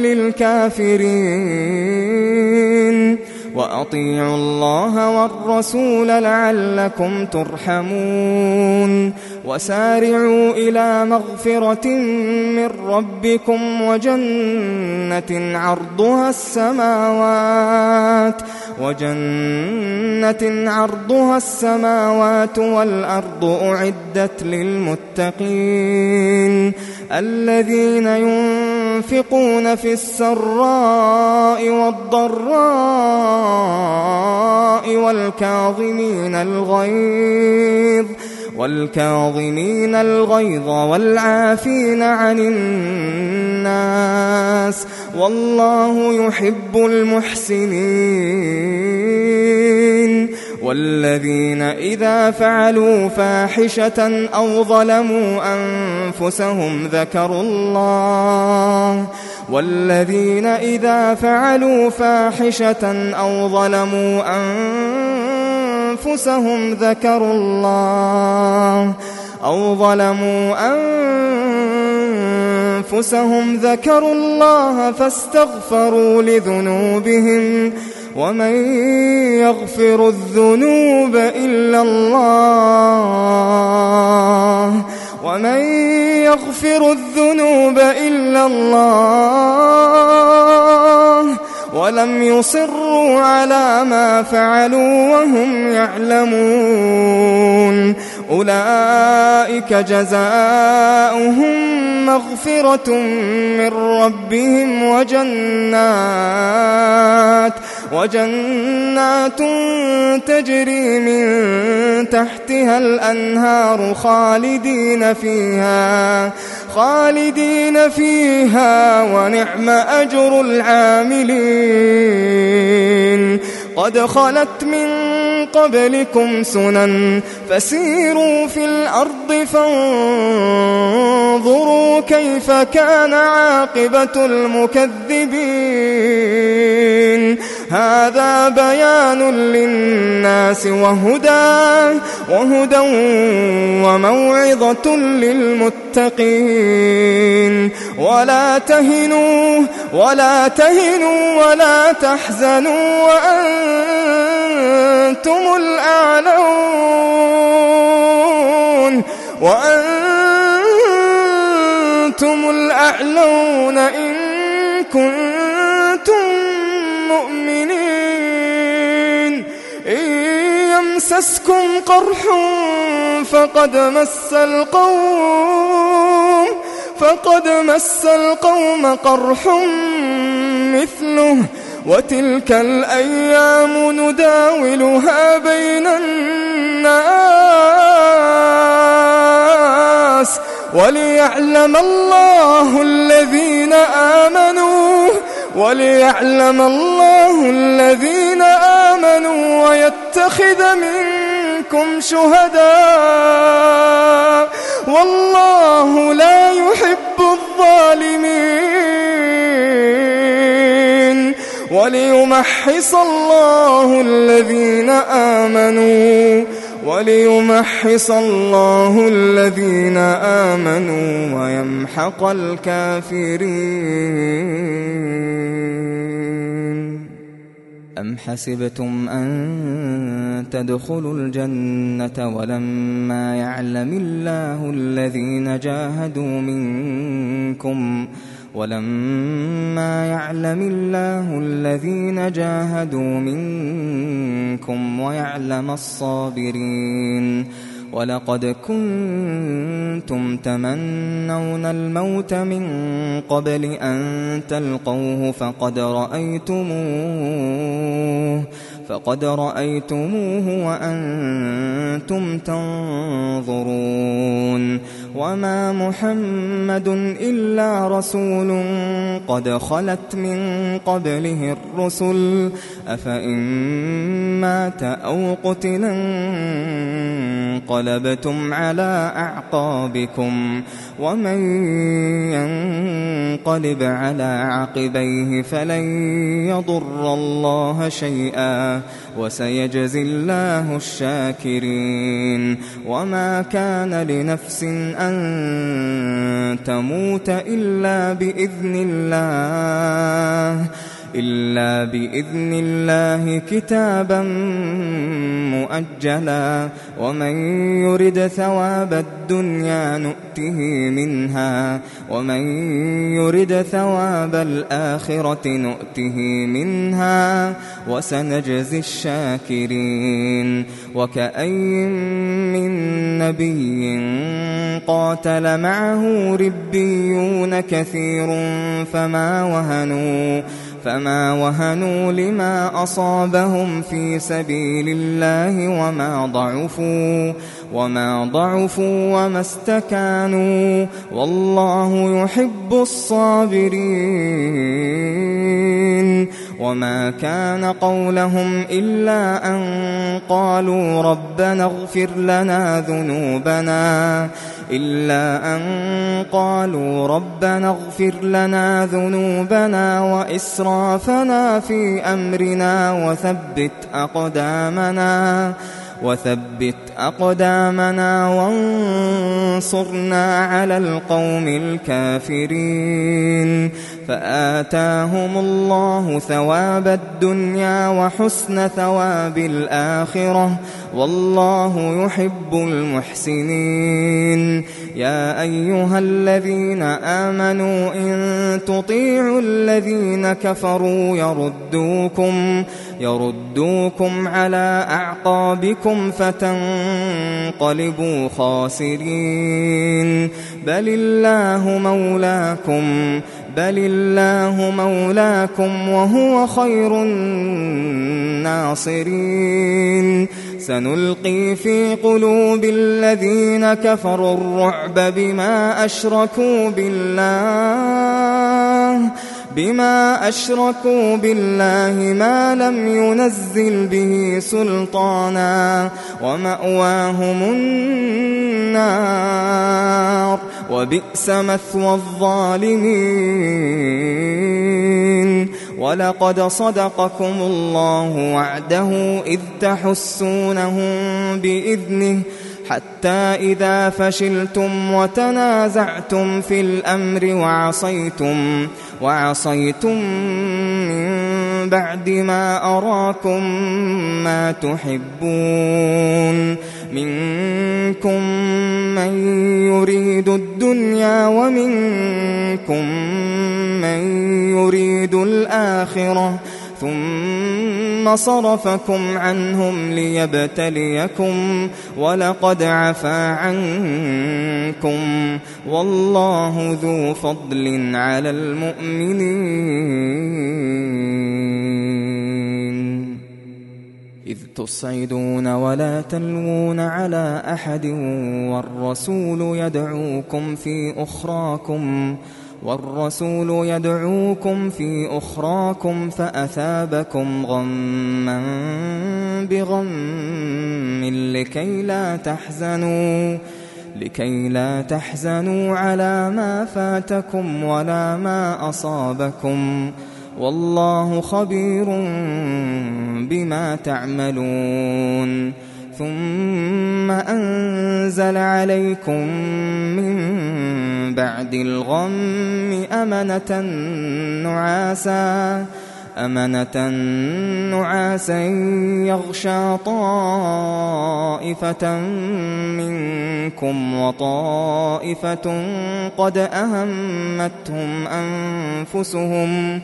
[SPEAKER 2] للكافرين وأطيعوا الله والرسول لعلكم ترحمون. وسارعوا إلى مغفرة من ربكم وجنة عرضها السماوات وجنة عرضها السماوات والأرض أعدت للمتقين الذين ينفقون في السراء والضراء والكاظمين الغيظ والكاظمين الغيظ والعافين عن الناس والله يحب المحسنين. والذين إذا فعلوا فاحشة أو ظلموا أنفسهم ذكروا الله والذين إذا فعلوا فاحشة أو ظلموا أنفسهم ذكروا الله أو ظلموا أنفسهم ذكروا الله فاستغفروا لذنوبهم ومن يغفر الذنوب إلا الله ومن يغفر الذنوب إلا الله ولم يصروا على ما فعلوا وهم يعلمون أولئك جزاؤهم مغفرة من ربهم وجنات وجنات تجري من تحتها الأنهار خالدين فيها خالدين فيها ونعم أجر العاملين قد خلت من قبلكم سنن فسيروا في الأرض فانظروا كيف كان عاقبة المكذبين هذا بيان للناس وهدى وهدى وموعظة للمتقين ولا تهنوا ولا تهنوا ولا تحزنوا وأنتم الأعلون وأنتم الأعلون إن كنتم مؤمنين إن يمسسكم قرح فقد مس القوم فقد مس القوم قرح مثله وتلك الأيام نداولها بين الناس وليعلم الله الذين آمنوا وليعلم الله الذين آمنوا ويتخذ منكم شهداء والله لا يحب الظالمين وليمحص الله الذين آمنوا وليمحص الله الذين آمنوا ويمحق الكافرين أم حسبتم أن تدخلوا الجنة ولما يعلم الله الذين جاهدوا منكم ولما يعلم الله الذين جاهدوا منكم ويعلم الصابرين ولقد كنتم تمنون الموت من قبل أن تلقوه فقد رأيتموه فقد رأيتموه وأنتم تنظرون وما محمد إلا رسول قد خلت من قبله الرسل أفإن مات أو قتل انقلبتم على أعقابكم ومن ينقلب على عقبيه فلن يضر الله شيئا وسيجزي الله الشاكرين وما كان لنفس أن تموت إلا بإذن الله إلا بإذن الله كتابا مؤجلا ومن يرد ثواب الدنيا نؤته منها ومن يرد ثواب الآخرة نؤته منها وسنجزي الشاكرين وكأي من نبي قاتل معه ربيون كثير فما وهنوا فما وهنوا لما أصابهم في سبيل الله وما ضعفوا وما ضعفوا وما استكانوا والله يحب الصابرين وما كان قولهم إلا أن قالوا ربنا اغفر لنا ذنوبنا إلا أن قالوا ربنا اغفر لنا ذنوبنا وإسرافنا في أمرنا وثبت أقدامنا وثبت أقدامنا وانصرنا على القوم الكافرين فآتاهم الله ثواب الدنيا وحسن ثواب الآخرة والله يحب المحسنين يا أيها الذين آمنوا إن تطيعوا الذين كفروا يردوكم يردوكم على أعقابكم فتنقلبوا خاسرين بل الله مولاكم بل الله مولاكم وهو خير الناصرين سنلقي في قلوب الذين كفروا الرعب بما أشركوا بالله بما أشركوا بالله ما لم ينزل به سلطانا ومأواهم النار وبئس مثوى الظالمين. ولقد صدقكم الله وعده إذ تحسونهم بإذنه حتى إذا فشلتم وتنازعتم في الأمر وعصيتم وعصيتم من بعد ما أراكم ما تحبون منكم من يريد الدنيا ومنكم من يريد الآخرة ثم صرفكم عنهم ليبتليكم ولقد عفا عنكم والله ذو فضل على المؤمنين. إذ تصعدون ولا تلوون على أحد والرسول يدعوكم في أخراكم والرسول يدعوكم في أخراكم فأثابكم غما بغم لكي لا تحزنوا لكي لا تحزنوا على ما فاتكم ولا ما أصابكم والله خبير بما تعملون. ثم أنزل عليكم من بعد الغم أمنة نعاسا أمنة نعاسا يغشى طائفة منكم وطائفة قد أهمتهم أنفسهم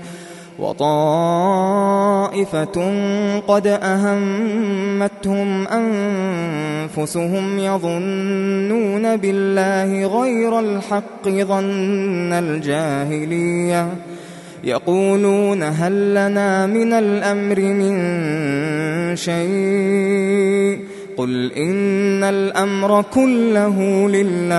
[SPEAKER 2] وطائفة قد أهمتهم أنفسهم يظنون بالله غير الحق ظن الجاهلية يقولون هل لنا من الأمر من شيء قل إن الأمر كله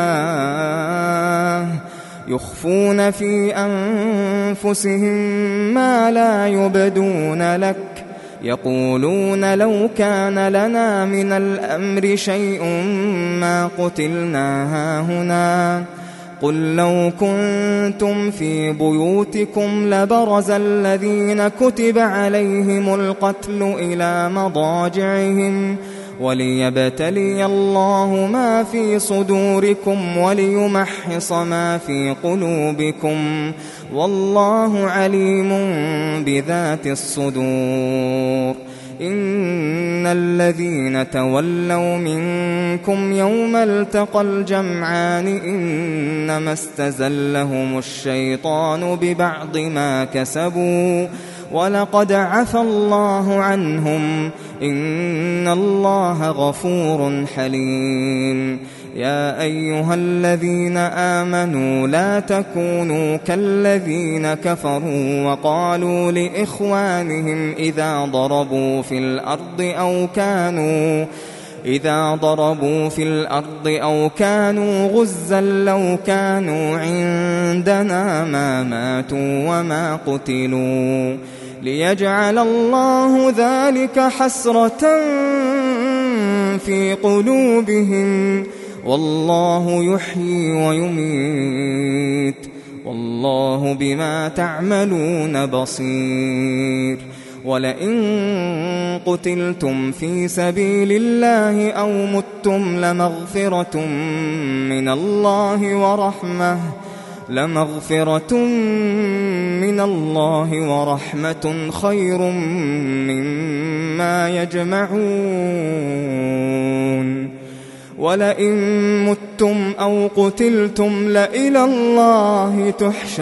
[SPEAKER 2] لله يخفون في أنفسهم ما لا يبدون لك يقولون لو كان لنا من الأمر شيء ما قتلنا هاهنا قل لو كنتم في بيوتكم لبرز الذين كتب عليهم القتل إلى مضاجعهم وليبتلي الله ما في صدوركم وليمحص ما في قلوبكم والله عليم بذات الصدور. إن الذين تولوا منكم يوم التقى الجمعان إنما استزلهم الشيطان ببعض ما كسبوا ولقد عفى الله عنهم إن الله غفور حليم. يا أيها الذين آمنوا لا تكونوا كالذين كفروا وقالوا لإخوانهم إذا ضربوا في الأرض أو كانوا إذا ضربوا في الأرض أو كانوا غزا لو كانوا عندنا ما ماتوا وما قتلوا ليجعل الله ذلك حسرة في قلوبهم والله يحيي ويميت والله بما تعملون بصير. ولئن قتلتم في سبيل الله أو متم لمغفرة من الله ورحمة لمغفرة من الله ورحمة خير مما يجمعون. ولئن متم أو قتلتم لإلى الله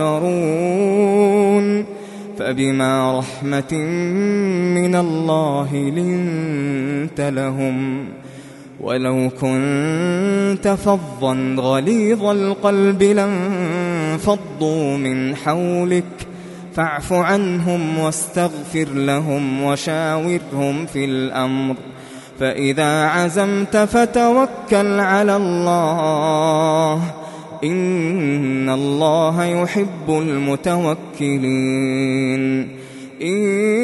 [SPEAKER 2] تحشرون فبما رحمة من الله لنت لهم ولو كنت فظا غليظ القلب لانفضوا من حولك فاعف عنهم واستغفر لهم وشاورهم في الأمر فإذا عزمت فتوكل على الله إن الله يحب المتوكلين إن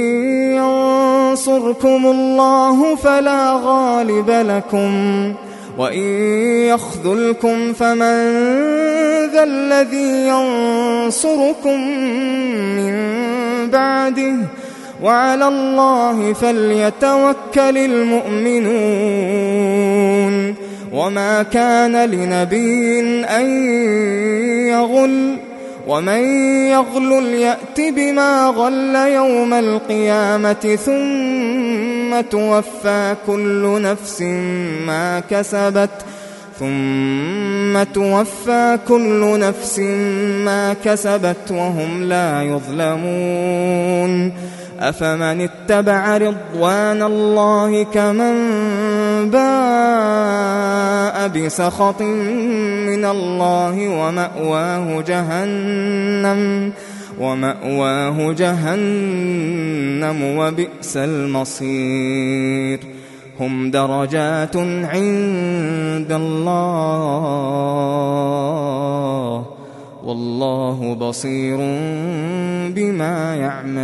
[SPEAKER 2] ينصركم الله فلا غالب لكم وإن يخذلكم فمن ذا الذي ينصركم من بعده وعلى الله فليتوكل المؤمنون وما كان لنبي أن يغل ومن يغل يأت بما غل يوم القيامة ثم توفى كل نفس ما كسبت ثم توفى كل نفس ما كسبت وهم لا يظلمون أفمن اتبع رضوان الله كمن باء بسخط من الله ومأواه جهنم ومأواه جهنم وبئس المصير هم درجات عند الله والله بصير بما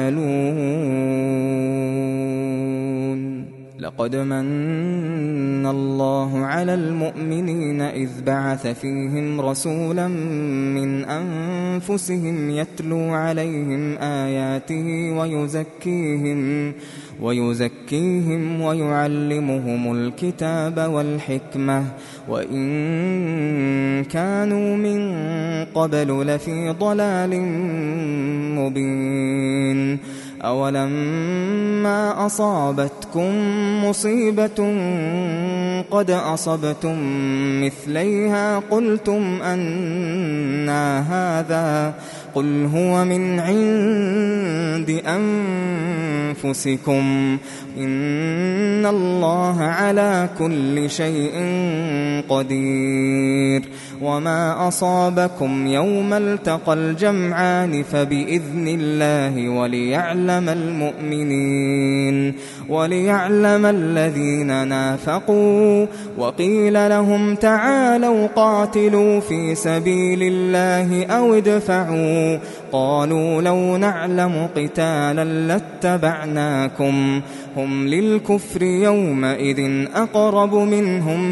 [SPEAKER 2] يعملون لقد من الله على المؤمنين إذ بعث فيهم رسولا من أنفسهم يتلو عليهم آياته ويزكيهم ويزكيهم ويعلمهم الكتاب والحكمة وإن كانوا من قبل لفي ضلال مبين أولما أصابتكم مصيبة قد أصبتم مثليها قلتم أنى هذا قل هو من عند أنفسكم إن الله على كل شيء قدير وما أصابكم يوم التقى الجمعان فبإذن الله وليعلم المؤمنين وليعلم الذين نافقوا وقيل لهم تعالوا قاتلوا في سبيل الله أو ادفعوا قالوا لو نعلم قتالا لاتبعناكم هم للكفر يومئذ أقرب منهم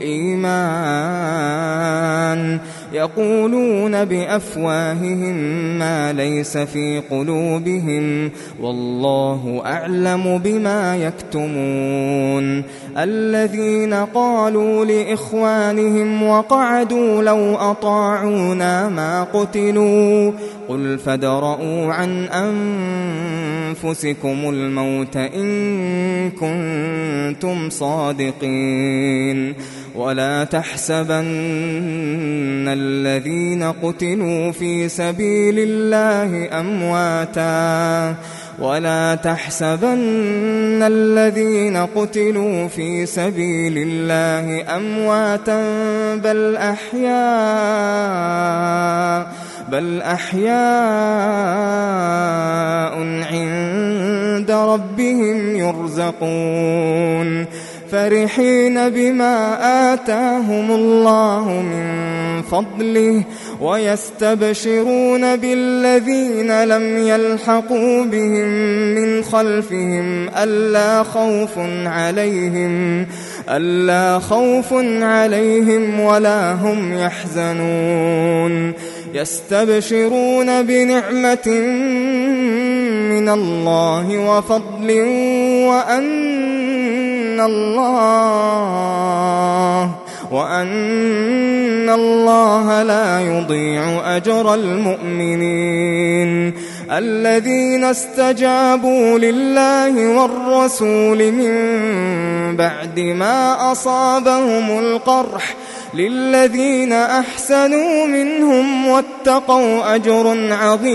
[SPEAKER 2] للإيمان يقولون بأفواههم ما ليس في قلوبهم والله أعلم بما يكتمون الذين قالوا لإخوانهم وقعدوا لو أطاعونا ما قتلوا قل فادرءوا عن أنفسكم الموت إن كنتم صادقين ولا تحسبن الذين قتلوا في سبيل الله أمواتا ولا تحسبن الذين قتلوا في سبيل الله أمواتا بل أحياء بل أحياء عند ربهم يرزقون فرحين بما آتاهم الله من فضله ويستبشرون بالذين لم يلحقوا بهم من خلفهم ألا خوف عليهم ألا خوف عليهم ولا هم يحزنون يستبشرون بنعمة من الله وفضل وأن الله وأن الله لا يضيع أجر المؤمنين الذين استجابوا لله والرسول من بعد ما أصابهم القرح للذين أحسنوا منهم واتقوا أجر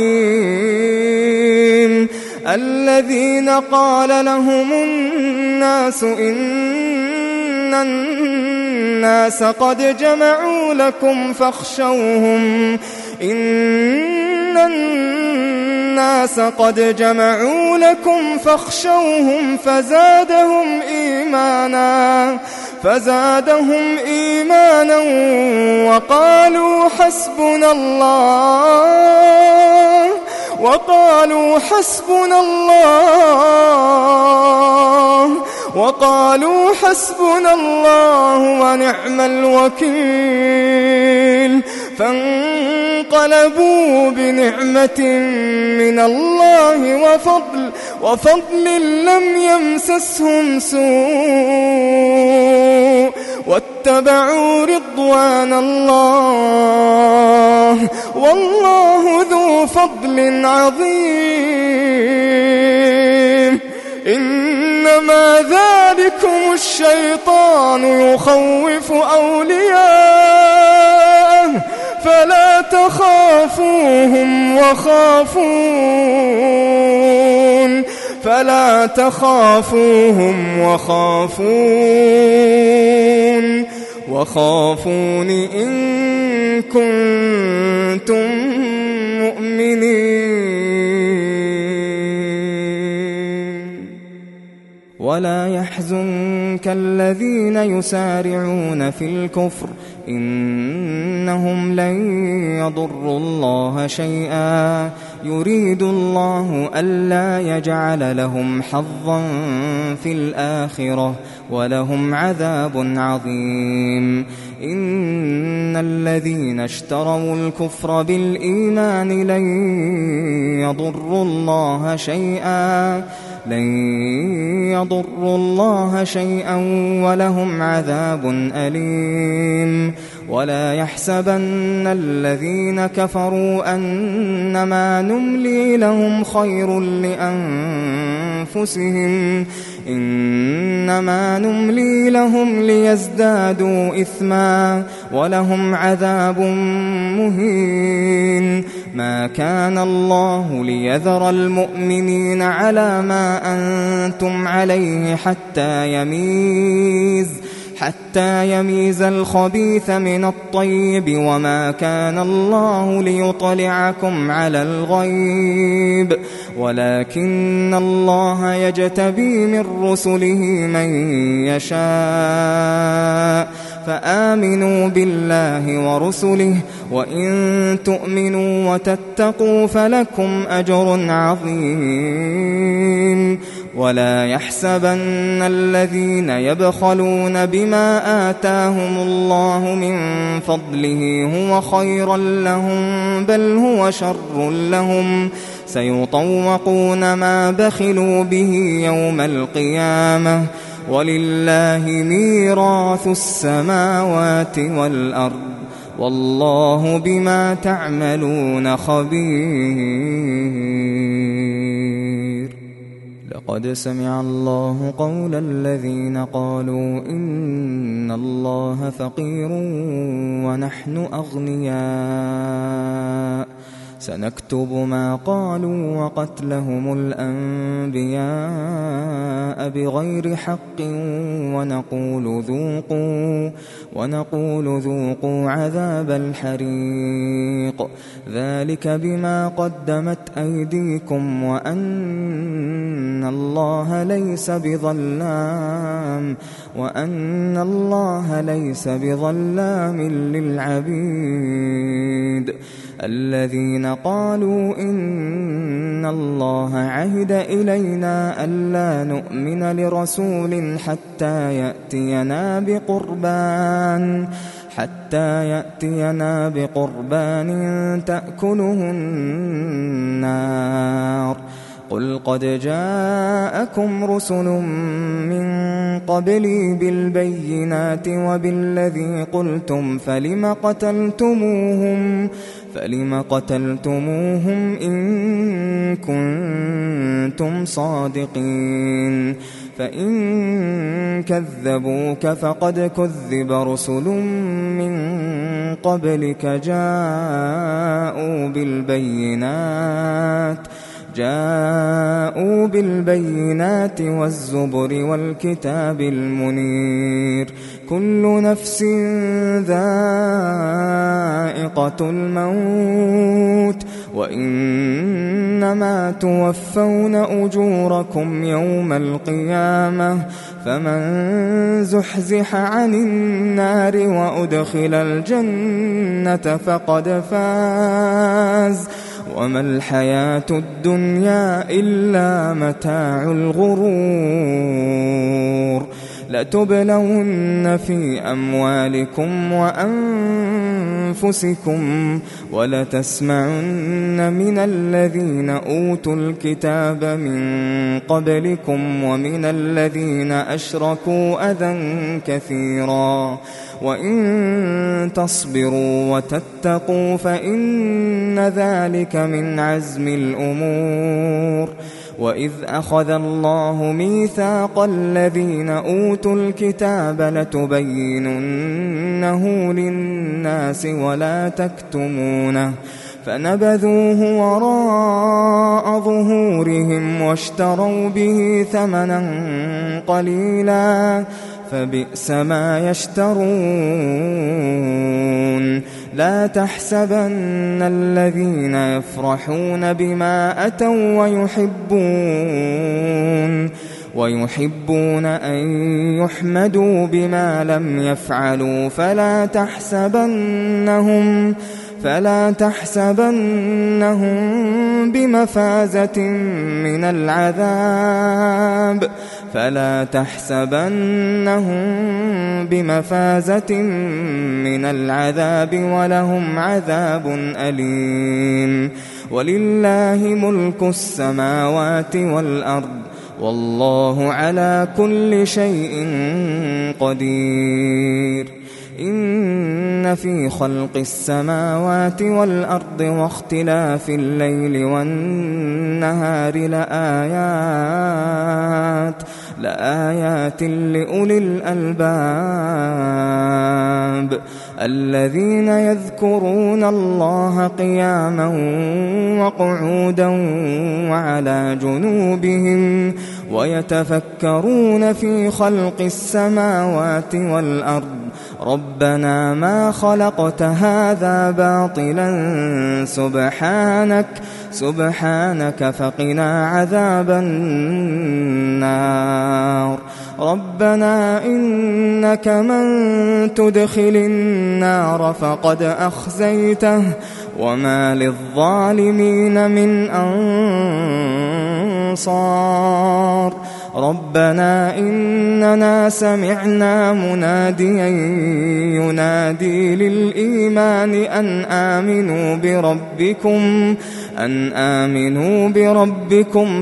[SPEAKER 2] عظيم الذين قال لهم الناس إن الناس قد جمعوا لكم فاخشوهم إن الناس قد جمعوا لكم فاخشوهم فزادهم إيمانا فزادهم إيمانا وقالوا حسبنا الله وقالوا حسبنا الله وقالوا حسبنا الله ونعم الوكيل فانقلبوا بنعمة من الله وفضل وفضل لم يمسسهم سوء واتبعوا رضوان الله والله ذو فضل عظيم. إنما ذلكم الشيطان يخوف أولياءه فلا تخافوهم وخافون فلا تخافوهم وخافون وخافون إن كنتم مؤمنين. ولا يحزنك الذين يسارعون في الكفر إنهم لن يضروا الله شيئا يريد الله ألا يجعل لهم حظا في الآخرة ولهم عذاب عظيم. إن الذين اشتروا الكفر بالإيمان لن يضروا الله شيئا لن يضروا الله شيئا ولهم عذاب أليم. ولا يحسبن الذين كفروا أنما نملي لهم خير لأنفسهم إنما نملي لهم ليزدادوا إثما ولهم عذاب مهين. ما كان الله ليذر المؤمنين على ما أنتم عليه حتى يميز حتى يميز الخبيث من الطيب وما كان الله ليطلعكم على الغيب ولكن الله يجتبي من رسله من يشاء فآمنوا بالله ورسله وإن تؤمنوا وتتقوا فلكم أجر عظيم. ولا يحسبن الذين يبخلون بما آتاهم الله من فضله هو خيرا لهم بل هو شر لهم سيطوقون ما بخلوا به يوم القيامة ولله ميراث السماوات والأرض والله بما تعملون خبير. لقد سمع الله قول الذين قالوا إن الله فقير ونحن أغنياء سنكتب ما قالوا وقتلهم الأنبياء بغير حق ونقول ذوقوا ونقول ذوقوا عذاب الحريق ذلك بما قدمت أيديكم وأن الله ليس بظلام وأن الله ليس بظلام للعبيد. الذين قالوا إن الله عهد إلينا ألا نؤمن لرسول حتى يأتينا بقربان حتى يأتينا بقربان تأكله النار قل قد جاءكم رسل من قبلي بالبينات وبالذي قلتم فلم قتلتموهم فلم قتلتموهم إن كنتم صادقين فإن كذبوك فقد كذب رسل من قبلك جاءوا بالبينات جاءوا بالبينات والزبر والكتاب المنير كل نفس ذائقة الموت وإن إنما توفون أجوركم يوم القيامة فمن زحزح عن النار وأدخل الجنة فقد فاز وما الحياة الدنيا إلا متاع الغرور لتبلون في أموالكم وأنفسكم ولتسمعن من الذين أوتوا الكتاب من قبلكم ومن الذين أشركوا أذى كثيرا وإن تصبروا وتتقوا فإن ذلك من عزم الأمور وإذ أخذ الله ميثاق الذين أوتوا الكتاب لتبيننه للناس ولا تكتمونه فنبذوه وراء ظهورهم واشتروا به ثمنا قليلا فبئس ما يشترون لا تحسبن الذين يفرحون بما أتوا ويحبون ويحبون أن يحمدوا بما لم يفعلوا فلا تحسبنهم فلا تحسبنهم بمفازة من العذاب فلا تحسبنهم بمفازة من العذاب ولهم عذاب أليم ولله ملك السماوات والأرض والله على كل شيء قدير إن في خلق السماوات والأرض واختلاف الليل والنهار لآيات لآيات لأولي الألباب الذين يذكرون الله قياما وقعودا وعلى جنوبهم ويتفكرون في خلق السماوات والأرض ربنا ما خلقت هذا باطلا سبحانك سبحانك فقنا عذاب النار ربنا إنك من تدخل النار فقد أخزيته وما للظالمين من أنصار ربنا إننا سمعنا مناديا ينادي للإيمان أن آمنوا بربكم أن آمنوا بربكم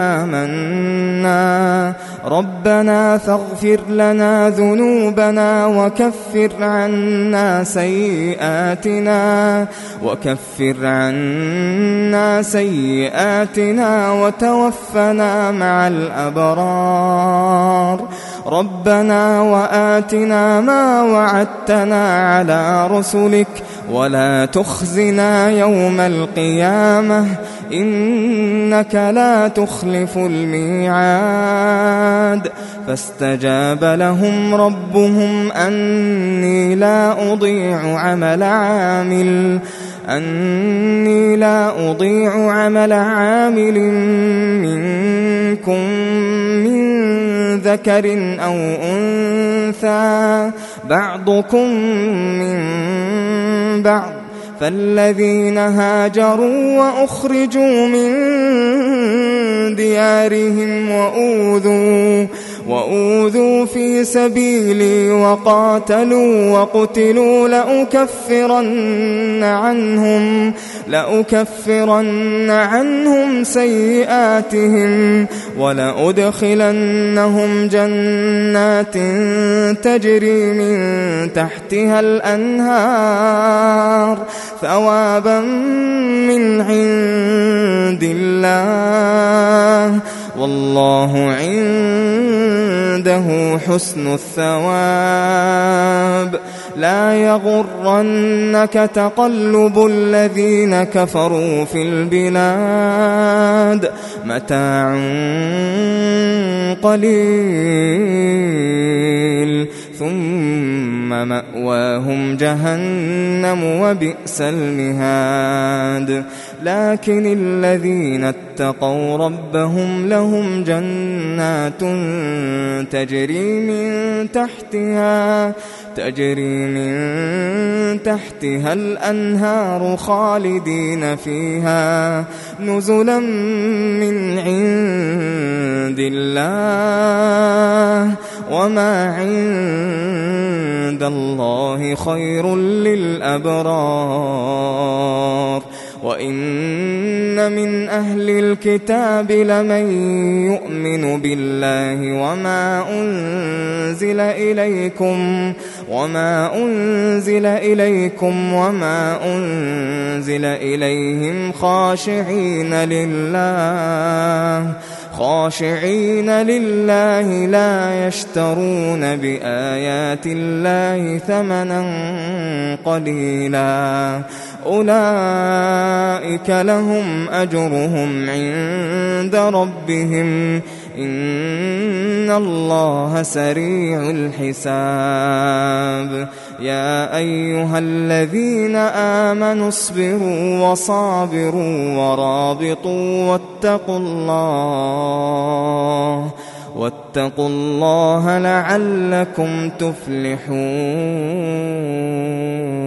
[SPEAKER 2] فآمنا ربنا فاغفر لنا ذنوبنا وكفر عنا سيئاتنا وكفر عنا سيئاتنا وتوفنا مع الأبرار ربنا وآتنا ما وعدتنا على رسلك ولا تخزنا يوم القيامة إنك لا تخلف الميعاد فاستجاب لهم ربهم أني لا أضيع عمل عامل أني لا أضيع عمل عامل منكم من ذكر أو أنثى بعضكم من بعض فالذين هاجروا وأخرجوا من ديارهم وأوذوا وأوذوا في سبيلي وقاتلوا وقتلوا لأكفرن عنهم لأكفرن عنهم سيئاتهم ولأدخلنهم جنات تجري من تحتها الأنهار ثوابا من عند الله والله عنده حسن الثواب لا يغرنك تقلب الذين كفروا في البلاد متاع قليل ثم ثم مأواهم جهنم وبئس المهاد لكن الذين اتقوا ربهم لهم جنات تجري من تحتها تجري من تحتها الأنهار خالدين فيها نزلا من عند الله وما عند الله خير للأبرار وإن من أهل الكتاب لمن يؤمن بالله وما أنزل إليكم وما أنزل إليكم وما أنزل إليهم خاشعين لله خاشعين لله لا يشترون بآيات الله ثمنا قليلا أولئك لهم أجرهم عند ربهم إن الله سريع الحساب يا أيها الذين آمنوا اصبروا وصابروا ورابطوا واتقوا الله واتقوا الله لعلكم تفلحون.